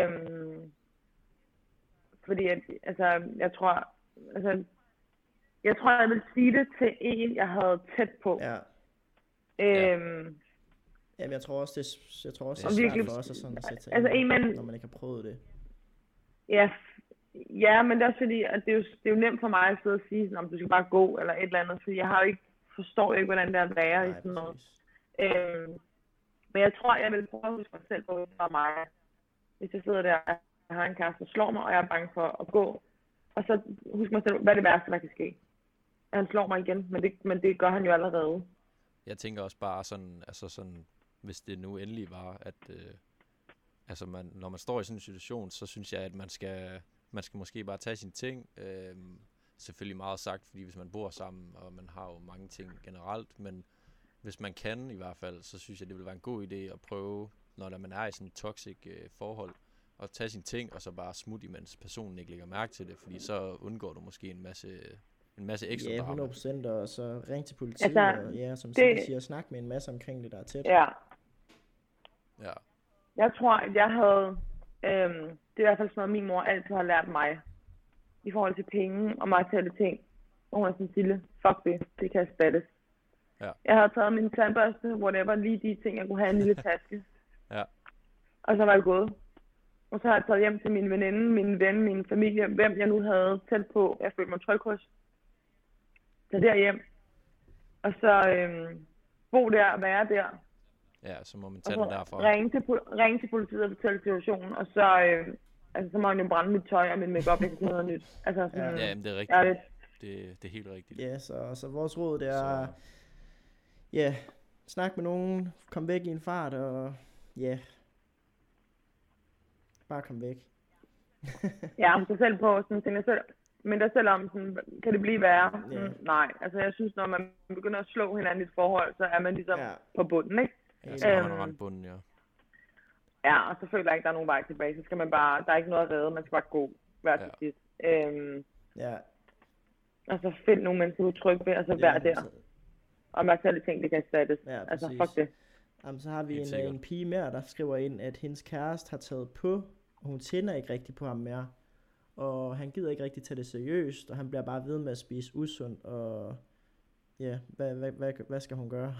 Fordi at, altså, jeg tror, jeg vil sige det til en, jeg havde tæt på. Ja. Jamen, jeg tror også, det er svært for os at sådan at sætte sig ind, når man ikke har prøvet det. Ja, men det er også fordi, at det er jo nemt for mig at sidde og sige, om du skal bare gå, eller et eller andet, fordi jeg har jo ikke, forstår ikke, hvordan det er at være i sådan noget. Men jeg tror, jeg vil prøve at huske mig selv på, hvis det var mig. Hvis jeg sidder der, jeg har en kæreste, der slår mig, og jeg er bange for at gå. Og så husk mig selv, hvad er det værste, der kan ske? Han slår mig igen, men det gør han jo allerede. Jeg tænker også bare sådan, altså sådan, hvis det nu endelig var, at når man står i sådan en situation, så synes jeg, at man skal måske bare tage sine ting. Selvfølgelig meget sagt, fordi hvis man bor sammen, og man har jo mange ting generelt, men hvis man kan i hvert fald, så synes jeg, det vil være en god idé at prøve, når man er i sådan et toxic forhold, at tage sine ting, og så bare smutte, imens personen ikke lægger mærke til det, fordi så undgår du måske en masse en masse ekstra Ja, drama. 100%, og så ring til politiet, Altså, og ja, som Sille siger, snak med en masse omkring det, der er tæt. Ja. Ja. Jeg tror, at jeg havde, det er i hvert fald sådan noget, min mor altid har lært mig, i forhold til penge og materielle ting. Og hun er sådan, Sille, fuck det kan erstattes. Ja. Jeg havde taget min tandbørste, whatever, lige de ting, jeg kunne have i en lille taske. Ja. Og så var jeg gået. Og så har jeg taget hjem til min veninde, min ven, min familie, hvem jeg nu havde tæt på. Jeg følte mig tryg hos. Så derhjem. Og så bo der og være der. Ja, så må man tage den derfra. Ringe til politiet og fortælle situationen. Og så, så må man jo brænde mit tøj og min make-up, jeg kan noget nyt. Altså, sådan, ja, det er rigtigt. Det er helt rigtigt. Ja, så vores råd det er, ja, snak med nogen, kom væk i en fart, og ja, bare kom væk. Ja, så selv på sådan ting, men der selv om, sådan, kan det blive værre? Yeah. Nej, altså jeg synes, når man begynder at slå hinanden i et forhold, så er man ligesom på bunden, ikke? Ja, så har man ramt bunden, ja. Ja, og så føler jeg ikke, der er nogen vej tilbage. Så skal man bare, der er ikke noget at redde, man skal bare gå hver til sidst. Ja. Og så find nogle mennesker, du er tryg ved, og så vær der. Og materielle ting, det kan erstattes. Ja, altså, fuck det. Jamen, så har vi en pige mere, der skriver ind, at hendes kæreste har taget på, og hun tænder ikke rigtig på ham mere. Og han gider ikke rigtig tage det seriøst, og han bliver bare ved med at spise usundt, og ja, hvad skal hun gøre?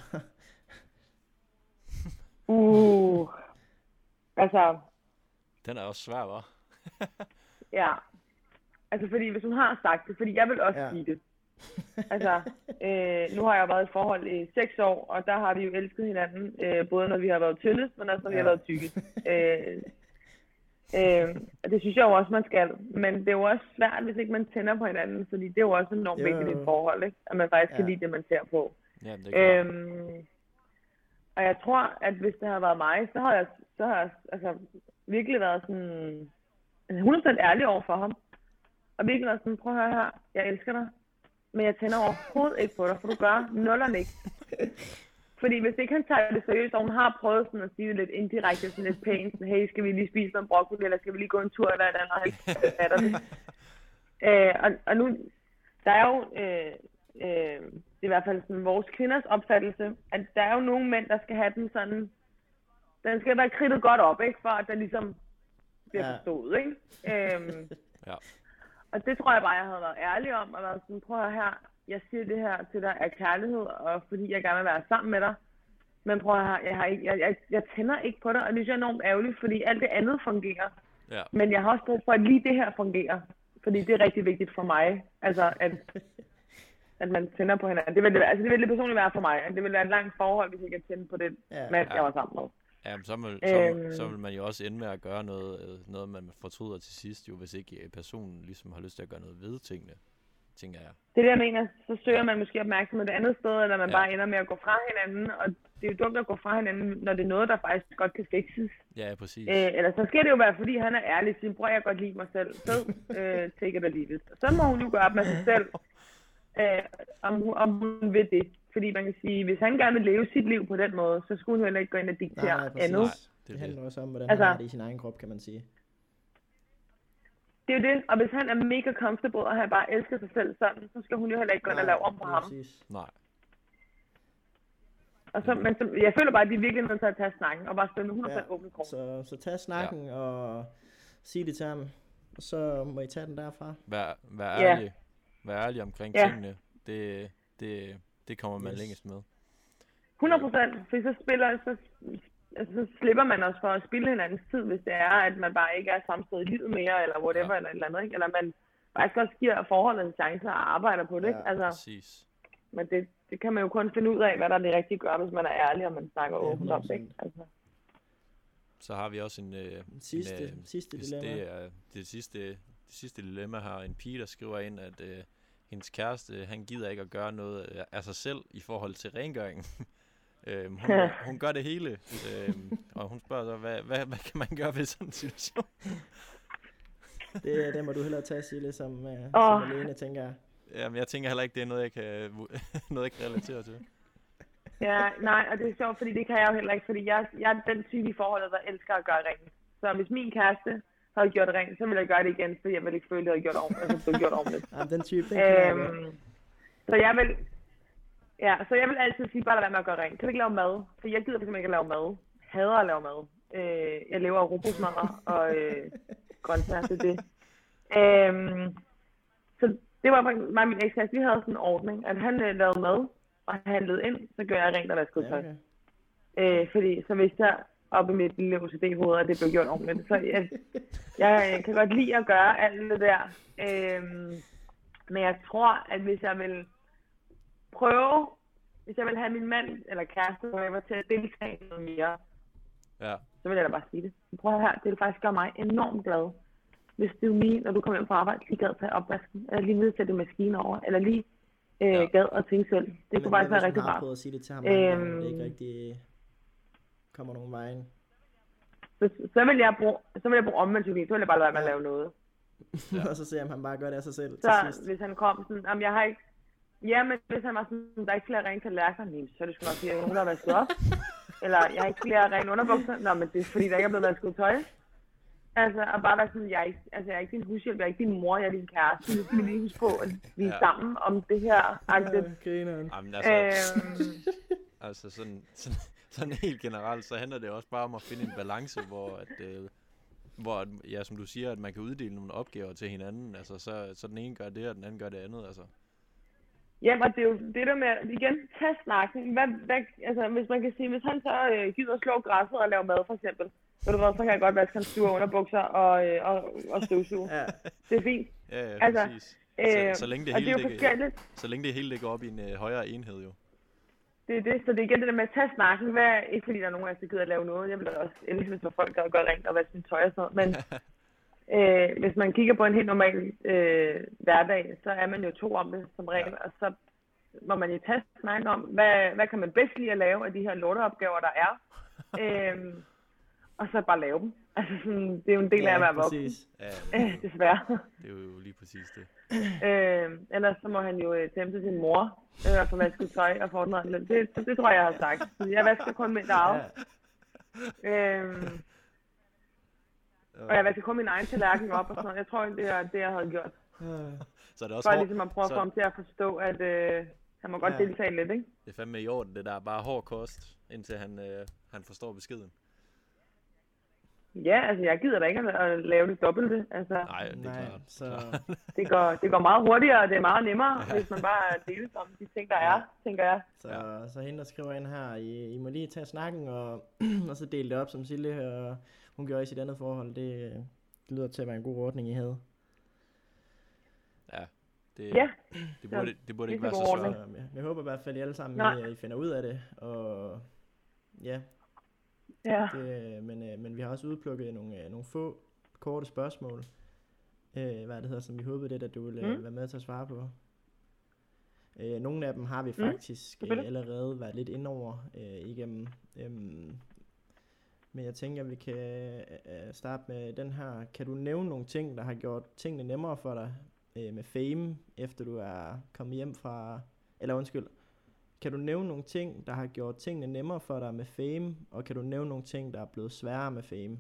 Altså... Den er også svær, hva'? Ja. Altså, fordi hvis hun har sagt det, fordi jeg vil også sige det. Altså, nu har jeg været i et forhold i 6 år, og der har vi jo elsket hinanden, både når vi har været tyndest, men også når vi har været tykke. Det synes jeg jo også, man skal. Men det er jo også svært, hvis ikke man tænder på hinanden, fordi det er jo også enormt vigtigt i et forhold, ikke? At man faktisk kan lide det, man ser på. Ja, det er og jeg tror, at hvis det havde været mig, så har jeg altså, virkelig været sådan 100% ærlig over for ham. Og virkelig været sådan, prøv at høre her, jeg elsker dig, men jeg tænder overhovedet ikke på dig, for du gør nullerne ikke. Fordi hvis ikke han tager det seriøst, og hun har prøvet sådan at sige det lidt indirekte, sådan lidt pænt, sådan, hey, skal vi lige spise noget broccoli, eller skal vi lige gå en tur, eller et andet, og nu, der er jo, det er i hvert fald sådan vores kvinders opfattelse, at der er jo nogle mænd, der skal have den sådan, den skal være kridtet godt op, ikke, for at den ligesom bliver forstået, ikke? Ja. Og det tror jeg bare, jeg havde været ærlig om, og været sådan, prøv at høre her, jeg siger det her til dig af kærlighed, og fordi jeg gerne vil være sammen med dig. Men prøv at høre, jeg tænder ikke på dig, og det er enormt ærgerligt, fordi alt det andet fungerer. Ja. Men jeg har også brug for, at lige det her fungerer. Fordi det er rigtig vigtigt for mig. Altså, at man tænder på hinanden. Det vil det personligt være for mig. Det vil være et langt forhold, hvis jeg kan tænde på det, mand jeg var sammen med. Ja, så vil man jo også ende med at gøre noget man fortryder til sidst, jo, hvis ikke personen ligesom har lyst til at gøre noget ved tingene, tænker jeg. Det er det, jeg mener. Så søger man måske opmærksomhed et andet sted, eller man bare ender med at gå fra hinanden, og det er jo dumt at gå fra hinanden, når det er noget, der faktisk godt kan fikses. Ja, præcis. Eller så skal det jo være, fordi han er ærlig, og siger, prøv, jeg godt lide mig selv. Så take it or leave it. Så må hun jo gøre op med sig selv, om hun vil det. Fordi man kan sige, hvis han gerne vil leve sit liv på den måde, så skulle hun heller ikke gå ind og diktere andet. Nej, det handler også om, hvordan han har det i sin egen krop, kan man sige. Det er jo det, og hvis han er mega comfortable, og han bare elsker sig selv sådan, så skal hun jo heller ikke gå ind og lave om på ham. Nej. Og så, men så, jeg føler bare, at de er virkelig nødt til at tage snakken, og bare stille med 100% åbne kort. Så tag snakken, og sig det til ham, og så må I tage den derfra. Vær ærlig. Vær ærlig omkring tingene. Det kommer man længest med. 100%, for så slipper man også for at spilde hinandens tid, hvis det er, at man bare ikke er samme sted i livet mere, eller whatever, eller et eller andet, ikke? Eller man faktisk også giver forholdet en chance og arbejder på det, ikke? Altså, præcis. Men det kan man jo kun finde ud af, hvad der er det rigtige gør, hvis man er ærlig, og man snakker åbent om det, ikke? Altså. Så har vi også en sidste dilemma. Det sidste dilemma her. En pige, der skriver ind, at hendes kæreste, han gider ikke at gøre noget af sig selv i forhold til rengøringen. Hun gør det hele, og hun spørger så, hvad kan man gøre ved sådan en situation? Det må du hellere tage, Sille, som alene, tænker jeg. Jamen, jeg tænker heller ikke, det er noget, jeg kan relatere til. Ja, nej, og det er sjovt, fordi det kan jeg jo heller ikke, fordi jeg er den type i forholdet, der elsker at gøre rent. Så hvis min kæreste havde gjort rent, så ville jeg gøre det igen, fordi jeg ville ikke føle, at jeg havde gjort ordentligt. Ja, den type, Så jeg vil altid sige, bare lad være med at gøre rent. Kan du ikke lave mad? For jeg gider simpelthen ikke at lave mad. Hader at lave mad. Jeg lever af rugbrødsmadder og grøntsager til det. Så det var mig og min ekskæreste, vi havde sådan en ordning, at han lavede mad og handlede ind, så gør jeg rent og vaskede tøj. Okay. Fordi så vidste jeg op i mit lille OCD-hoved, at det blev gjort ordentligt. Så jeg kan godt lide at gøre alt det der. Men jeg tror, at hvis jeg vil have min mand eller kæreste til at deltage noget mere, så vil jeg da bare sige det. Prøv her, det vil faktisk gøre mig enormt glad. Hvis det er lige, når du kommer hjem fra arbejde, lige gad tage opvasken, eller lige nedsætte maskinen over, eller lige gad og tænke selv. Det kunne faktisk være rigtig rart. Jeg har prøvet at sige det til ham, det ikke rigtig kommer nogen vejen. Så vil jeg bruge omvendt psykologi, så vil jeg bare lade være med at lave noget. Og så ser han bare gør det af sig selv så til sidst. Hvis han kom sådan, jamen jeg har ikke, men hvis han var sådan, der er ikke flere rene tallerkener, så er det sgu nok, fordi jeg er nogen, der har vasket op. Eller jeg har ikke flere rene underbukser, men det er fordi, der ikke er blevet vasket tøj. Altså, og bare være sådan, jeg er ikke din hushjælp, jeg er ikke din mor, jeg er din kæreste. Nu skal vi lige huske på, at vi er sammen om det her. Jamen altså sådan helt generelt, så handler det også bare om at finde en balance, hvor ja, som du siger, at man kan uddele nogle opgaver til hinanden. Altså, så den ene gør det, og den anden gør det andet, altså. Jamen, og det er jo det der med, igen, tag snakken. Altså, hvis man kan sige, hvis han så gider at slå græsset og lave mad, for eksempel, så kan jeg godt vaske hans stuer underbukser og støvsuge. Ja. Det er fint. Ja, altså, præcis. Så længe det hele ligger op i en højere enhed, jo. Det er det, så det er igen det der med at tage snakken. Ikke fordi der er nogen af os, der gider at lave noget. Jeg vil også elske, hvis folk gør rent og vaske sin tøj og sådan noget. Men hvis man kigger på en helt normal hverdag, så er man jo to om det som regel. Og så må man jo tage snakken om, hvad kan man bedst lide at lave af de her lorteopgaver, der er. Og så bare lave dem. Altså sådan, det er jo en del af at være voksen. Desværre. Det er jo lige præcis det. Ellers så må han jo tæmme til sin mor og få vasket tøj og få noget. Det tror jeg har sagt. Jeg vasker kun mit eget. Og jeg vasker kun min egen tallerken op og sådan noget. Jeg tror det er det, jeg havde gjort. Så er det også for ligesom at prøve at få ham til at forstå, at han må godt deltage lidt, ikke? Det er fandme i orden, det der er bare hård kost, indtil han forstår beskeden. Ja, altså jeg gider da ikke at lave det dobbelte. Altså, nej, det er klart. Så det går meget hurtigere, og det er meget nemmere, hvis man bare deler om de ting, der er, tænker jeg. Så hende, der skriver ind her, I må lige tage snakken, og så dele det op, som Silje, og hun gjorde i sit andet forhold. Det lyder til at være en god ordning, I havde. Ja, det burde ikke være så svært. Jeg håber i hvert fald, at I alle sammen I finder ud af det, og ja. Ja. Men vi har også udplukket nogle få korte spørgsmål, som vi håbede lidt, at du ville være med til at svare på. Nogle af dem har vi faktisk allerede været lidt ind over igennem. Men jeg tænker, at vi kan starte med den her. Kan du nævne nogle ting, der har gjort tingene nemmere for dig med fame, efter du er kommet hjem fra... Eller undskyld. Kan du nævne nogle ting, der har gjort tingene nemmere for dig med fame, og kan du nævne nogle ting, der er blevet sværere med fame?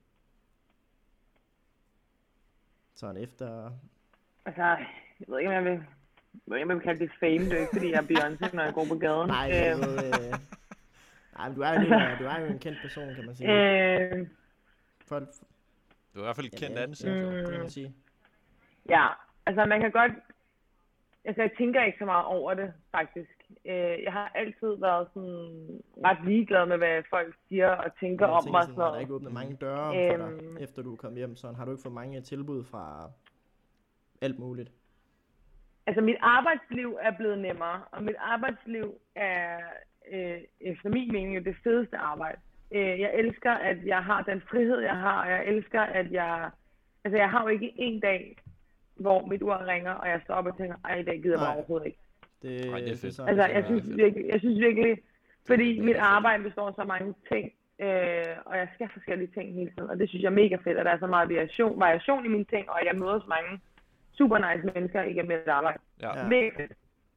Sådan efter... Altså, jeg ved ikke, om jeg vil kalde det fame. Det er ikke, fordi jeg er Beyoncé, når jeg går på gaden. Nej, men du er jo en kendt person, kan man sige. Du er i hvert fald et kendt ansigt, kan man sige. Ja, altså man kan godt... Altså, jeg tænker ikke så meget over det, faktisk. Jeg har altid været sådan ret ligeglad med, hvad folk siger og tænker om mig. Sådan, har der ikke åbnet mange døre for dig, efter du kom hjem? Sådan, har du ikke fået mange tilbud fra alt muligt? Altså, mit arbejdsliv er blevet nemmere, og mit arbejdsliv er efter min mening jo det fedeste arbejde. Jeg elsker, at jeg har den frihed, jeg har, og jeg elsker, at jeg har jo ikke en dag, hvor mit ur ringer, og jeg står op og tænker, ej, i dag gider jeg mig overhovedet ikke. Det er fedt. Altså, jeg synes virkelig, fordi mit arbejde består af så mange ting, og jeg skal forskellige ting hele tiden, og det synes jeg er mega fedt, at der er så meget variation i mine ting, og jeg møder så mange super nice mennesker igennem mit arbejde. Ja. Mega fedt.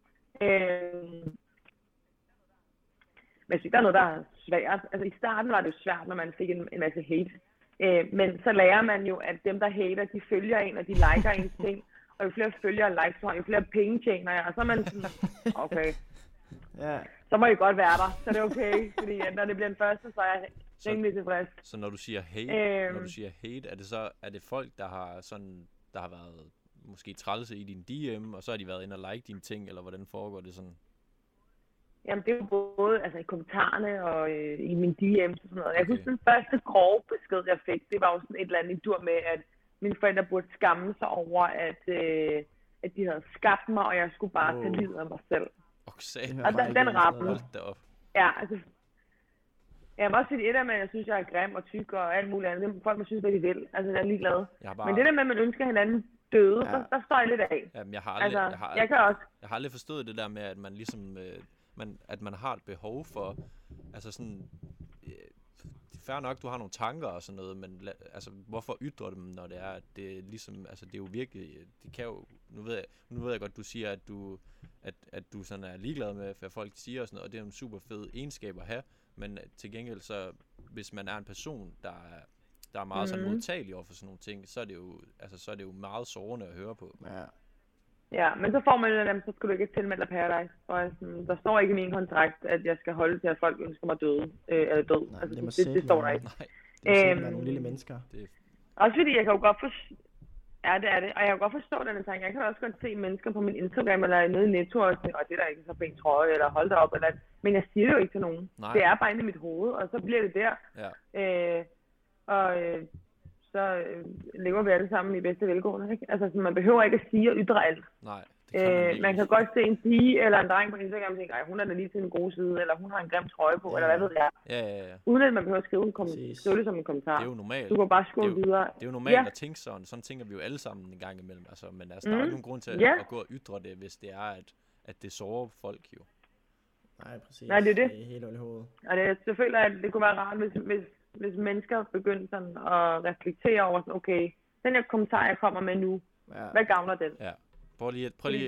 Men der er noget, der er svært. Altså, i starten var det jo svært, når man fik en masse hate. Men så lærer man jo, at dem, der hater, de følger en, og de liker ens ting. og jo flere følgere og likes du har, jo flere penge tjener jeg, og så er man sådan, okay, så må I godt være der, så det er okay, fordi når det bliver den første, så er jeg rimelig tilfreds. Så når du siger hate, er det folk, der har været måske trælse i din DM, og så har de været inde og like dine ting, eller hvordan foregår det sådan? Jamen, det er jo både i kommentarerne og i min DM's og sådan noget. Jeg husker, den første grove besked, jeg fik, det var jo sådan et eller andet dur med, at mine forældre burde skamme sig over, at de havde skabt mig, og jeg skulle bare tage livet af mig selv. Og den ramte. Ja, altså. Jamen også fordi et af mig, jeg synes, jeg er grim og tyk og alt muligt andet. Folk må synes, hvad de vil. Altså, jeg er ligeglad. Men det der med, at man ønsker hinanden døde, der står jeg lidt af. Jamen, jeg har aldrig forstået det der med, at man ligesom... at man har et behov for, altså sådan, fair nok, du har nogle tanker og sådan noget, men altså, hvorfor ytre dem, når det er, at det ligesom, altså, det er jo virkelig, det kan jo, nu ved jeg godt, du siger, at du sådan er ligeglad med, hvad folk siger og sådan noget, og det er en super fed egenskab at have, men til gengæld så, hvis man er en person, der er meget sådan modtagelig over for sådan nogle ting, så er det jo meget sårende at høre på. Ja, men så får man jo dem, så skal du ikke tilmelde dig Paradise. Og sådan, der står ikke i min kontrakt, at jeg skal holde til, at folk ønsker mig døde, eller død. Nej, altså, det står der ikke. Nej, det er nogle lille mennesker. Også fordi jeg kan jo godt forstå, ja, det er det. Og jeg kan godt forstå den tanke. Jeg kan også godt se mennesker på min Instagram, eller nede i Netto, og det er der ikke så pænt trøje, eller hold da op, eller... Men jeg siger det jo ikke til nogen. Nej. Det er bare inde i mit hoved, og så bliver det der. Ja. Så lever vi alle sammen i bedste velgående, ikke? Altså, man behøver ikke at sige og ytre alt. Nej, man kan godt se en pige eller en dreng på Instagram og tænke, ej, hun er da lige til en god side, eller hun har en grim trøje på, eller hvad ved jeg. Ja. Uden at man behøver at skrive det som en kommentar. Det er jo normalt. Du kan bare skrive videre. Det er jo normalt at tænke sådan. Sådan tænker vi jo alle sammen en gang imellem. Altså, men altså, der er jo ikke nogen grund til at gå og ytre det, hvis det er, at det sårer folk jo. Nej, præcis. Nej, det er det. Det er helt over i hovedet. Og jeg føler, at det kunne være rart, hvis mennesker begyndte sådan at reflektere over sådan, okay, den her kommentar, jeg kommer med nu, hvad gavner den? Ja. Prøv lige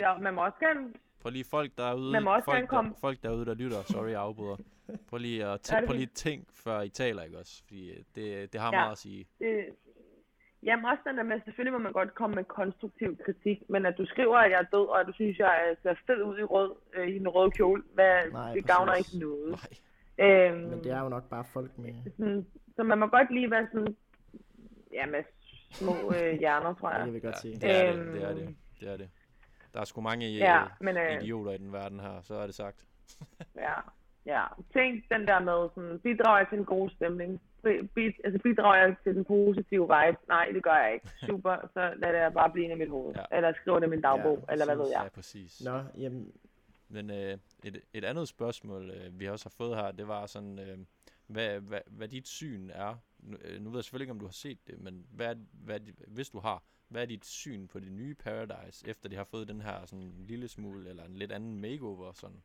folk derude, der lytter, sorry, jeg afbryder. Prøv lige at tænke, før I taler, ikke også? Fordi det har meget at sige. Jamen også den der med, selvfølgelig må man godt komme med konstruktiv kritik, men at du skriver, at jeg er død, og at du synes, jeg ser fed ud i den røde kjole, det gavner ikke noget. Nej. Men det er jo nok bare folk med... Så man må godt lige være sådan, med små hjerner, tror jeg. Det vil jeg godt sige. Det er det. Der er sgu mange idioter i den verden her, så er det sagt. Ja. Tænk den der med, sådan, bidrager til en god stemning. Bidrager jeg til den positive vibe? Nej, det gør jeg ikke. Super, så lad det bare blive inde i mit hoved. Ja. Eller skriver det i min dagbog, eller hvad ved jeg. Ja, præcis. Nå, jamen... Men et andet spørgsmål, vi også har fået her, det var sådan, hvad dit syn er. Nu ved jeg selvfølgelig ikke, om du har set det, men hvis du har, hvad er dit syn på det nye Paradise, efter de har fået den her sådan en lille smule, eller en lidt anden makeover sådan?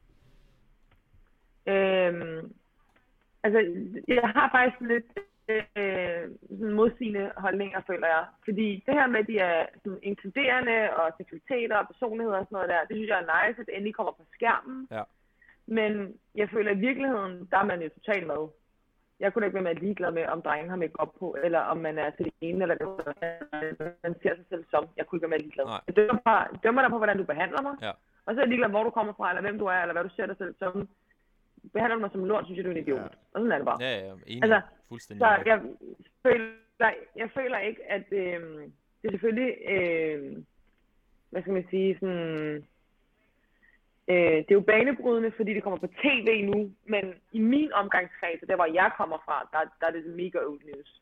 Altså, jeg har faktisk lidt modsigende holdninger, føler jeg. Fordi det her med, at de er sådan, inkluderende og seksualiteter og personligheder og sådan noget der, det synes jeg er nice, at det endelig kommer på skærmen. Ja. Men jeg føler, at i virkeligheden, der er man jo totalt med. Jeg kunne ikke være med ligeglad med, om drengen har make-up på, eller om man er til det ene, eller det man ser sig selv som. Jeg kunne ikke være med ligeglad. Jeg dømmer dig på, hvordan du behandler mig. Ja. Og så er jeg ligeglad, hvor du kommer fra, eller hvem du er, eller hvad du ser dig selv som. Behandler du mig som lort, synes jeg, du er en idiot. Ja. Og sådan er det bare. Ja, enig. Altså, fuldstændig. Så jeg føler ikke, at det er selvfølgelig, hvad skal man sige, sådan... det er jo banebrydende, fordi det kommer på tv nu, men i min omgangskreds, der hvor jeg kommer fra, der er det mega old news.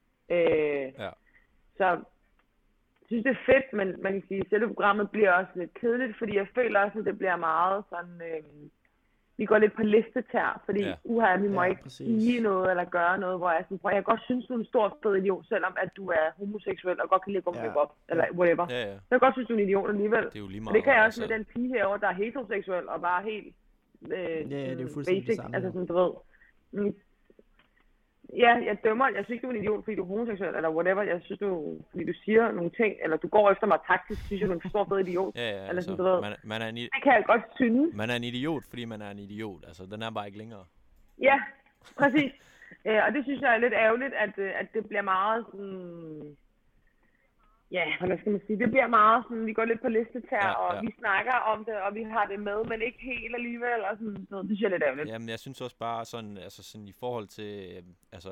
Så jeg synes, det er fedt, men man kan sige, at selve programmet bliver også lidt kedeligt, fordi jeg føler også, at det bliver meget sådan... vi går lidt på listetær, fordi vi må ikke sige noget eller gøre noget, hvor jeg sådan, jeg kan godt synes, du er en stor fed idiot, selvom at du er homoseksuel og godt kan lide at gå op, eller whatever. Ja. Så jeg kan godt synes, du er en idiot alligevel. Det er jo lige meget. Og det kan jeg også med den pige herovre, der er heteroseksuel og bare helt det er jo fuldstændig basic, altså sådan, du ved. Ja, jeg dømmer, jeg synes, du er en idiot, fordi du er homoseksuel, eller whatever. Jeg synes, fordi du siger nogle ting, eller du går efter mig taktisk, synes jeg, du er en stor fed idiot. Ja, eller sådan, du ved. Det kan jeg godt synes. Man er en idiot, fordi man er en idiot. Altså, den er bare ikke længere. Ja, præcis. Og det synes jeg er lidt ærgerligt, at det bliver meget sådan... ja, hvordan skal man sige, det bliver meget sådan, vi går lidt på listetær, og vi snakker om det, og vi har det med, men ikke helt alligevel, og sådan, så det synes jeg lidt ærgerligt. Jamen, jeg synes også bare sådan, altså sådan i forhold til,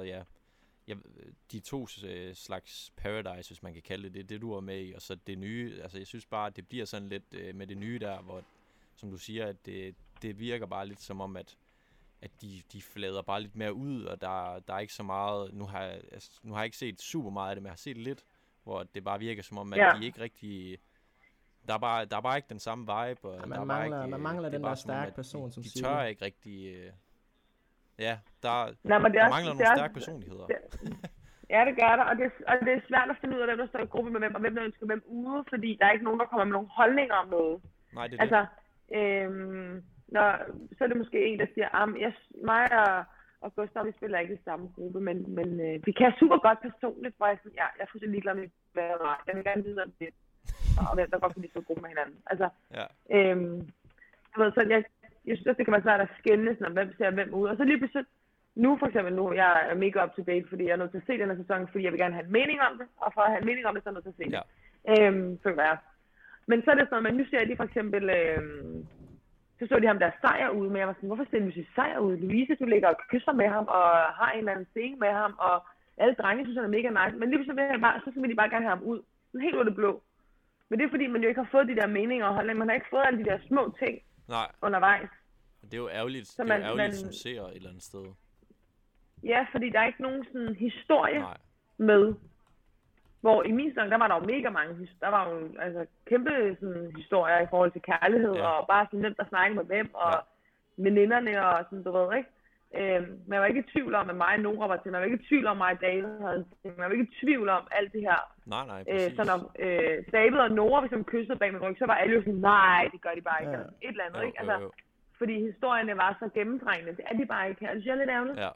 de to slags Paradise, hvis man kan kalde det du er med i, og så det nye, altså jeg synes bare, at det bliver sådan lidt med det nye der, hvor, som du siger, at det virker bare lidt som om, at de flader bare lidt mere ud, og der er ikke så meget, nu har jeg ikke set super meget af det, men jeg har set lidt, hvor det bare virker som om, at de ikke rigtig, der er bare ikke den samme vibe, og man mangler den der stærke person, som siger. De tør ikke rigtig, der mangler nogle stærke personligheder. Ja, det gør der, og det er svært at finde ud af, hvem der står i gruppe med hvem, og hvem der ønsker hvem ude, fordi der er ikke nogen, der kommer med nogle holdninger om noget. Nej, det er altså, så er det måske en, der siger, mig og Gustav, vi spiller ikke i samme gruppe, men vi kan super godt personligt, hvor jeg er fuldstændig ligeglad med, hvad jeg var. Jeg vil gerne vide om det, og hvem der godt kan lide så gruppe med hinanden. Altså, så jeg synes, det kan være svært at skænde, sådan, hvem ser hvem ud. Og så lige pludselig, for eksempel, jeg er mega up to date, fordi jeg er nødt til at se den her sæson, fordi jeg vil gerne have en mening om det, og for at have en mening om det, så er jeg nødt til at se det. Føler jeg. Men så er det sådan, at nu ser de for eksempel, så så de ham der Sejr ude, men jeg var sådan, hvorfor ser Louise Sejr ud? Louise, du ligger og kysser med ham, og har en eller anden scene med ham, og alle drenge synes, han er mega nice, men lige pludselig så vil de bare gerne have ham ud. Sådan helt ud af det blå. Men det er fordi, man jo ikke har fået de der meninger og holdninger. Man har ikke fået alle de der små ting undervejs. Det er jo ærgerligt, som ser et eller andet sted. Ja, fordi der er ikke nogen sådan historie med. Hvor i min sæson, der var der jo mega mange, der var jo altså kæmpe sådan, historier i forhold til kærlighed, og bare sådan nemt at snakke med hvem, og veninderne og sådan, du ved, ikke? Men jeg var ikke i tvivl om, at mig og Nora var til. Jeg var ikke i tvivl om, at mig og David havde til. Jeg var ikke i tvivl om alt det her. Nej, præcis. Så når David og Nora, hvis de kyssede bag min ryg, så var alle jo sådan, nej, det gør de bare ikke. Et eller andet, ikke? Altså, fordi historierne var så gennemtrængende. Det er de bare ikke her. Det synes jeg er lidt ærgerligt. Ja.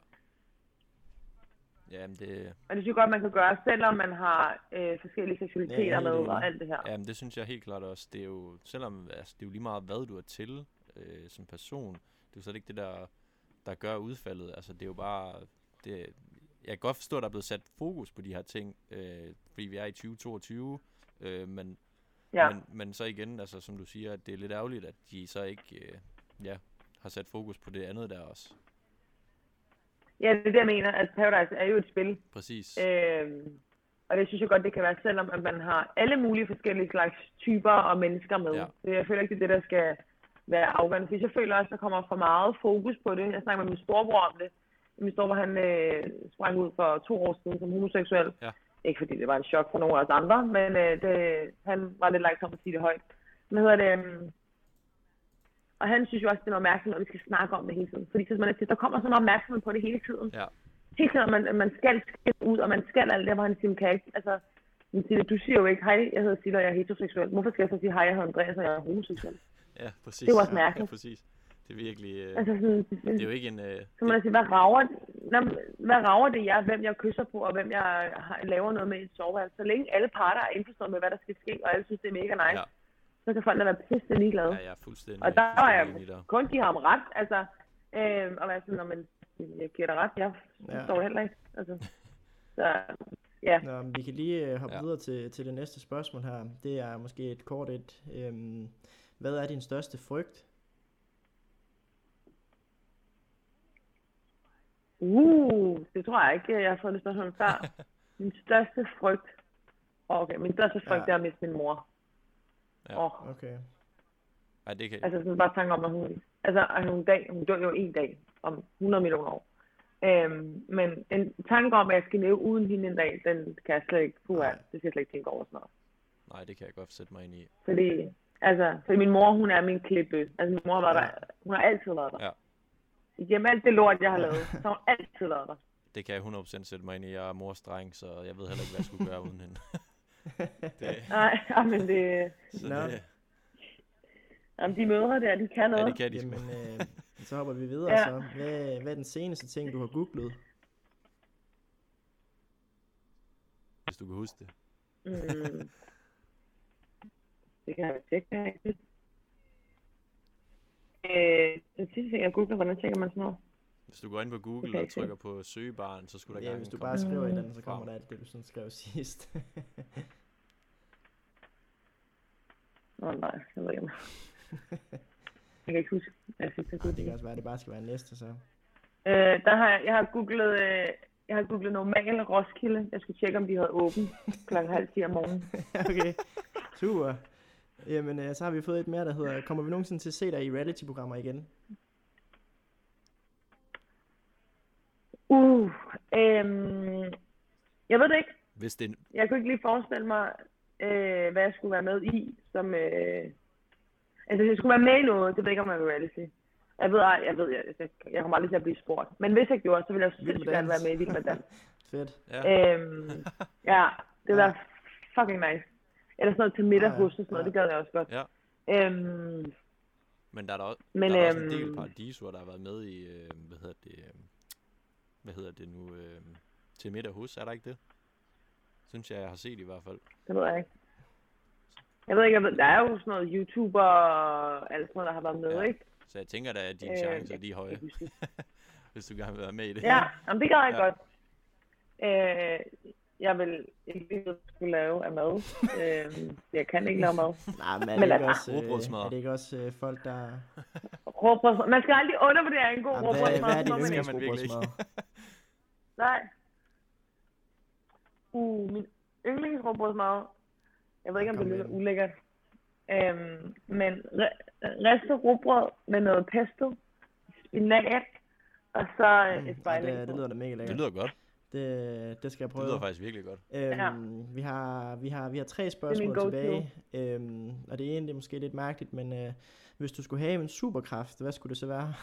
Jamen det... Og det synes jeg godt, man kan gøre, selvom man har forskellige seksualiteter med og alt det her. Jamen det synes jeg helt klart også. Det er jo, selvom det er jo lige meget, hvad du er til som person. Det er jo slet ikke det, der gør udfaldet. Altså det er jo bare... Jeg kan godt forstå, at der er blevet sat fokus på de her ting, fordi vi er i 2022. Men så igen, altså som du siger, at det er lidt ærgerligt, at de så ikke har sat fokus på det andet der også. Ja, det er det, jeg mener, at Paradise er jo et spil. Præcis. Og det synes jeg godt, det kan være, selvom at man har alle mulige forskellige slags typer og mennesker med. Så jeg føler ikke, det er det, der skal være afgørende. Fordi jeg føler også, at der kommer for meget fokus på det. Jeg snakker med min storebror om det. Min storebror, han sprang ud for 2 år siden som homoseksuel. Ja. Ikke fordi det var en chok for nogle af os andre, men han var lidt langsom at sige det højt. Men hedder det... Og han synes jo også, det er noget opmærksomhed, når vi skal snakke om det hele tiden. Fordi der kommer så meget opmærksomhed på det hele tiden. Ja. Hele tiden, man skal ud, og man skal alt det, hvor han siger, kan ikke. Altså, du siger jo ikke, hej, jeg hedder Silla, og jeg er heteroseksuel. Hvorfor skal jeg så sige, hej, jeg hedder Andreas, og jeg er homoseksuel? Ja, præcis. Det er jo også mærkeligt. Ja, præcis. Det er virkelig... altså sådan, det er jo ikke en... Så man siger, hvad rager det jer, hvem jeg kysser på, og hvem jeg laver noget med i et soveværelse? Så længe alle parter er indforstået med, hvad der skal ske, og alle synes, det er mega nice. Ja. Så kan folk da være pisse ligeglade. Ja, jeg er fuldstændig. Og der var jeg kun give ham ret, altså, og være sådan, men jeg giver dig ret, jeg forstår heller ikke, altså, så, ja. Nå, vi kan lige hoppe videre til det næste spørgsmål her. Det er måske et kort et. Hvad er din største frygt? Det tror jeg ikke, jeg har fået det spørgsmål før. Min største frygt, min største frygt er at miste min mor. Ja. Okay. Ej, det kan... Altså sådan bare tanke om, at hun dør jo en dag om 100 millioner år. Men en tanke om, at jeg skal leve uden hende en dag, den kan jeg slet ikke, det skal jeg slet ikke tænke over sådan noget. Nej, det kan jeg godt sætte mig ind i. Fordi min mor, hun er min klippe. Altså min mor var der, hun har altid været der. Ja. Igennem alt det lort, jeg har lavet, så har hun altid været der. Det kan jeg 100% sætte mig ind i. Jeg er mors dreng, så jeg ved heller ikke, hvad jeg skulle gøre uden hende. Nej, men det... Jamen, de mødre der, de kan noget. Ja, det kan de. Jamen, så hopper vi videre så. Hvad er den seneste ting, du har googlet? Hvis du kan huske det. Det kan jeg tjekke, ikke? Den sidste ting, jeg googler, hvordan tjekker man sådan noget? Hvis du går ind på Google og trykker på søgebaren, så skulle der gerne hvis du bare skriver i den, så kommer der alt det, du sådan skrev sidst. Nej, jeg ved ikke. Jeg kan ikke huske, hvad jeg sidst har googlet. Det kan også være, at det bare skal være næste, så. Jeg har googlet normal Roskilde. Jeg skulle tjekke, om de havde åbent klokken 9:30 om morgenen. Okay, super. Jamen, så har vi fået et mere, der hedder, kommer vi nogensinde til at se dig i reality-programmer igen? Jeg ved det ikke. Hvis det... Jeg kunne ikke lige forestille mig, hvad jeg skulle være med i, som... Altså, jeg skulle være med i noget, det ved jeg ikke, om jeg vil reality. Jeg kommer aldrig til at blive spurgt. Men hvis jeg gjorde, så ville jeg selvfølgelig gerne være med i Vild med Dans. Fedt. Ja, det var fucking nice. Eller sådan noget til middag hos og sådan noget, det gad jeg også godt. Ja. Men der er der også en del paradisuer, der har været med i, hvad hedder det nu, til middag hos, er der ikke det? Synes jeg har set i hvert fald. Det ved jeg ikke. Jeg ved ikke, der er jo sådan noget YouTuber og alt sådan noget, der har været med, ikke? Så jeg tænker da, at dine chancer de er høje, hvis du gerne vil være med i det. Ja, jamen, det gør jeg godt. Jeg vil ikke skulle lave af mad. Jeg kan ikke lave mad. Nej, men er det ikke også folk, der... Råbrødsmad. Man skal aldrig undervurdere en god råbrødsmad. Hvad er din yndlingsråbrødsmad? Nej. Min yndlingsråbrødsmad. Jeg ved ikke, om det lyder ulækkert. Men ristet rugbrød med noget pesto, spinat, og så et spejling. Det lyder da mega lækkert. Det lyder godt. Det skal jeg prøve. Det lyder faktisk virkelig godt. Vi har 3 spørgsmål tilbage. Og det ene, det er måske lidt mærkeligt, men hvis du skulle have en superkraft, hvad skulle det så være?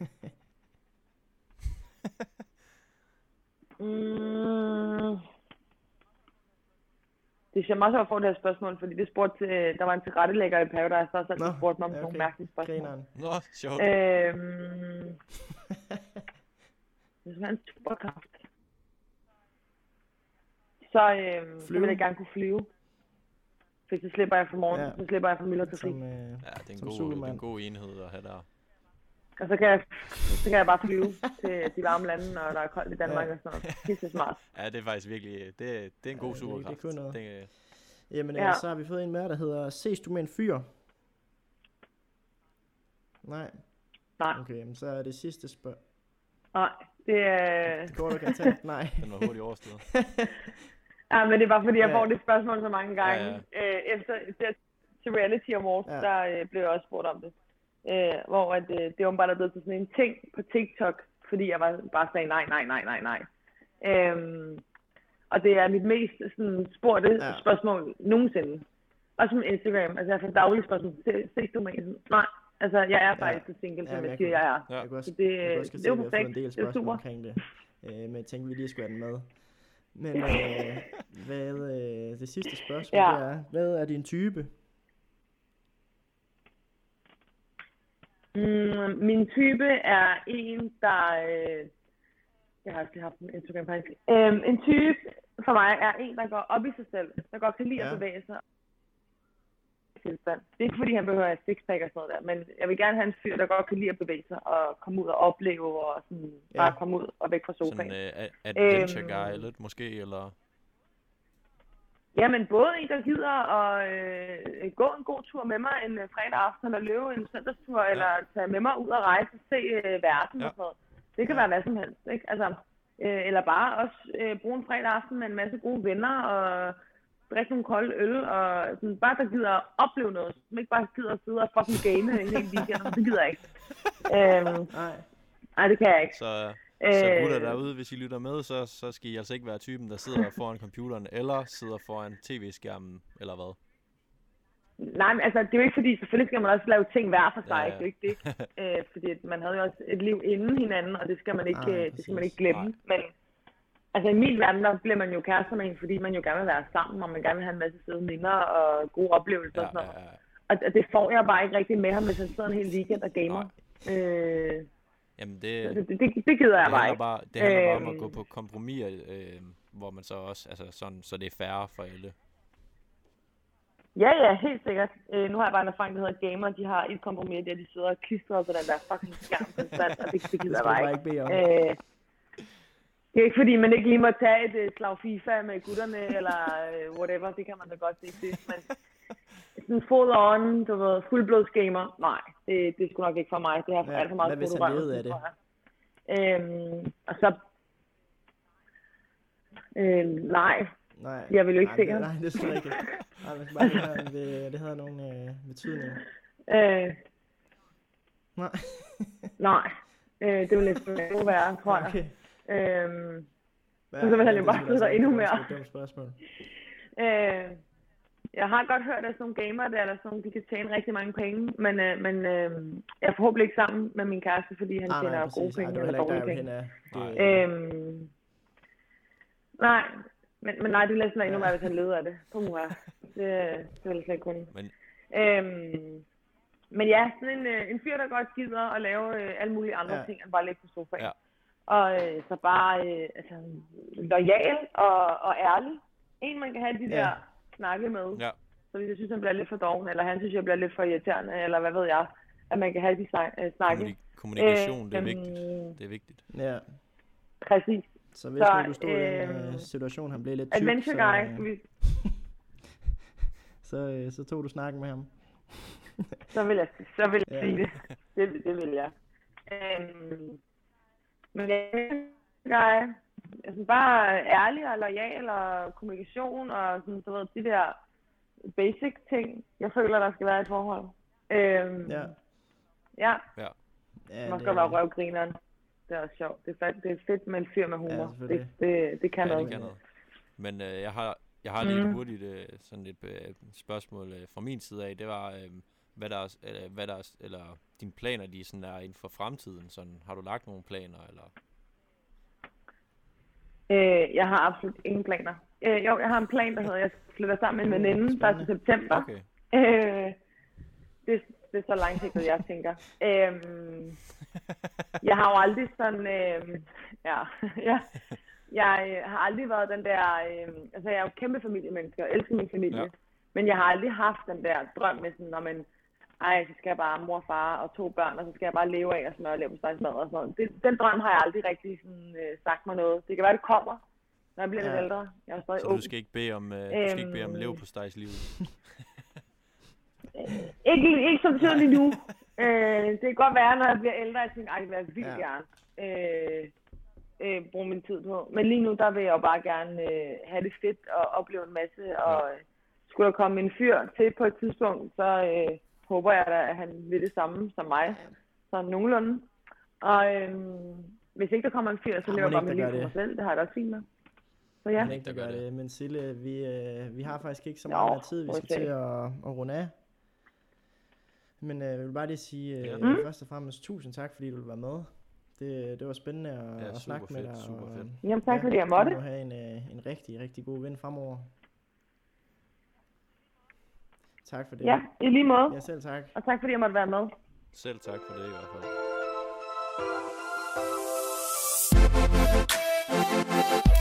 Det er meget sjovt at få det her spørgsmål, fordi det spurgte til, der var en tilrettelægger i Paradise, og så spurgte mig om nogle mærkelige spørgsmål. Nå, sjovt. Hvis man har en superkraft, så vil jeg gerne kunne flyve. For så slipper jeg fra morgen, så slipper jeg fra miljøtrafik. Det er en god enhed at have der. Og så kan jeg bare flyve til de varme lande, når der er koldt i Danmark og sådan noget. Pisse smart. Ja, det er faktisk virkelig, det er en god superkraft. Det er noget. Jamen, så har vi fået en mere, der hedder, ses du med en fyr? Nej. Okay, men så er det sidste spørgsmål. Nej, det er... Det går, du kan tage. Nej. Den var hurtigt overstået. Ja, men det er bare fordi, jeg får det spørgsmål så mange gange. Efter til Reality Awards, der blev jeg også spurgt om det. Hvor det åbenbart er blevet til sådan en ting på TikTok, fordi jeg bare sagde nej. Og det er mit mest sådan, spurgte spørgsmål nogensinde. Også med Instagram. Altså jeg får daglige spørgsmål. Ses du med en? Nej. Altså jeg er faktisk så single, som jeg siger, jeg er. Jeg kunne også det er jo perfekt. En del spørgsmål omkring det. Men jeg tænkte, vi lige skulle have den med. Men det sidste spørgsmål det er, hvad er din type? Min type er en, der... jeg har også haft en Instagram faktisk. En type for mig er en, der går op i sig selv. Der godt kan lide at bevæge sig. Det er ikke fordi, han behøver et sixpack og sådan noget der, men jeg vil gerne have en fyr, der godt kan lide at bevæge sig og komme ud og opleve og sådan bare komme ud og væk fra sofaen. Sådan adventure guy lidt måske, eller... Jamen, både en, der gider at gå en god tur med mig en fredag aften, eller løbe en søndagstur, eller tage med mig ud og rejse og se verden og sådan noget. Det kan være hvad som helst, ikke? Altså, eller bare også bruge en fredag aften med en masse gode venner og drikke nogle kolde øl, og sådan, bare der gider at opleve noget, som ikke bare gider at sidde og fucking game en hel weekend, det gider jeg ikke. Nej, det kan jeg ikke. Så gutter derude, hvis I lytter med, så skal I altså ikke være typen, der sidder foran computeren, eller sidder foran tv-skærmen, eller hvad? Nej, men altså, det er jo ikke fordi, selvfølgelig skal man også lave ting hver for sig, det er jo ikke det. Fordi man havde jo også et liv inden hinanden, og det skal man ikke glemme. Nej. Men altså i min verden, der bliver man jo kærester med en, fordi man jo gerne vil være sammen, og man gerne vil have en masse søde minder og gode oplevelser og sådan noget. Og det får jeg bare ikke rigtig med ham, hvis han sidder en hel weekend og gamer. Jamen det gider jeg bare ikke. Det handler bare om at gå på kompromis, hvor man så også, altså sådan, så det er færre for alle. Ja, helt sikkert. Nu har jeg bare en erfaring, der hedder Gamer. De har et kompromis, der de sidder og klistrer på den der fucking skærm konstant, og det gider jeg bare ikke. Det er ikke fordi, man ikke lige må tage et slag FIFA med gutterne, eller whatever. Det kan man da godt se. Men sådan full on, du ved, fuldblods gamer. Nej, det er sgu nok ikke for mig. Det har alt for meget. Hvad hvis han levede af det? Og så... nej. Jeg vil jo ikke se ham. Nej, det er sgu ikke. Nej, man skal bare høre, det havde nogen betydning. Nej. Nej. Det vil lidt være, tror jeg. Okay. Så vil han jo bare sidde der endnu mere. Det er et dumt spørgsmål. Jeg har godt hørt, at sådan nogle gamer der, eller sådan, de kan tjene rigtig mange penge, men jeg er forhåbentlig ikke sammen med min kæreste, fordi han tjener gode penge eller dårlige penge. Nej, men nej, det er næsten endnu mere, hvis han leder af det. Det vil jeg slet ikke kunne. Men ja, sådan en fyr, der godt gider at lave alle mulige andre ting, end bare ligge på sofaen. Ja. Og så bare loyal og ærlig. En, man kan have de der snakke med. Ja. Så hvis jeg synes, han bliver lidt for doven, eller han synes, jeg bliver lidt for irriterende, eller hvad ved jeg, at man kan have de snakke. Kommunikation, det er vigtigt. Det er vigtigt. Ja. Præcis. Så hvis du stod i en situation, han blev lidt tyk, adventure guy. Så tog du snakken med ham. så vil jeg sige det. Det vil jeg. Men jeg er bare ærlig og loyal og kommunikation og sådan, så ved, de der basic ting, jeg føler, der skal være i et forhold. Ja. Det må godt være røvgrineren. Det er også sjovt. Det er fedt med en fyr med humor. Det kan noget. Men jeg har lige et hurtigt sådan et spørgsmål fra min side af. Det var hvad der eller dine planer, de sådan er inden for fremtiden. Sådan, har du lagt nogle planer eller? Jeg har absolut ingen planer. Jo, jeg har en plan, der hedder, at jeg flytter sammen med en veninde 1. september. Okay. Det er så langsigtet, jeg tænker. Jeg har jo aldrig sådan... Jeg har aldrig været den der... altså, jeg er jo kæmpe familiemenneske og elsker min familie. Ja. Men jeg har aldrig haft den der drøm med sådan, når man... så skal jeg bare mor og far og 2 børn, og så skal jeg bare leve af og smøre leverpostejsmad og sådan noget. Den drøm har jeg aldrig rigtig sådan, sagt mig noget. Det kan være, det kommer, når jeg bliver lidt ældre. Jeg er stadig så du skal ikke bede om leverpostejslivet? Ikke som tydeligt nu. Det kan godt være, når jeg bliver ældre, jeg tænker, det vil jeg vildt gerne bruge min tid på. Men lige nu, der vil jeg jo bare gerne have det fedt og opleve en masse. Og skulle der komme en fyr til på et tidspunkt, så håber jeg da, at han vil det samme som mig. Så nogenlunde. Og hvis ikke der kommer en fyr, så lever jeg bare mit liv for mig selv. Det har jeg da også fint med. Så ja. Ikke, der gør det. Men Sille, vi har faktisk ikke så meget tid, vi skal til at runde af. Men jeg vil bare lige sige først og fremmest tusind tak, fordi du ville være med. Det var spændende at snakke med dig. Super fedt. Jamen tak, fordi jeg måtte. Du må have en rigtig, rigtig god ven fremover. Tak for det. Ja, i lige måde. Ja, selv tak. Og tak fordi jeg måtte være med. Selv tak for det i hvert fald.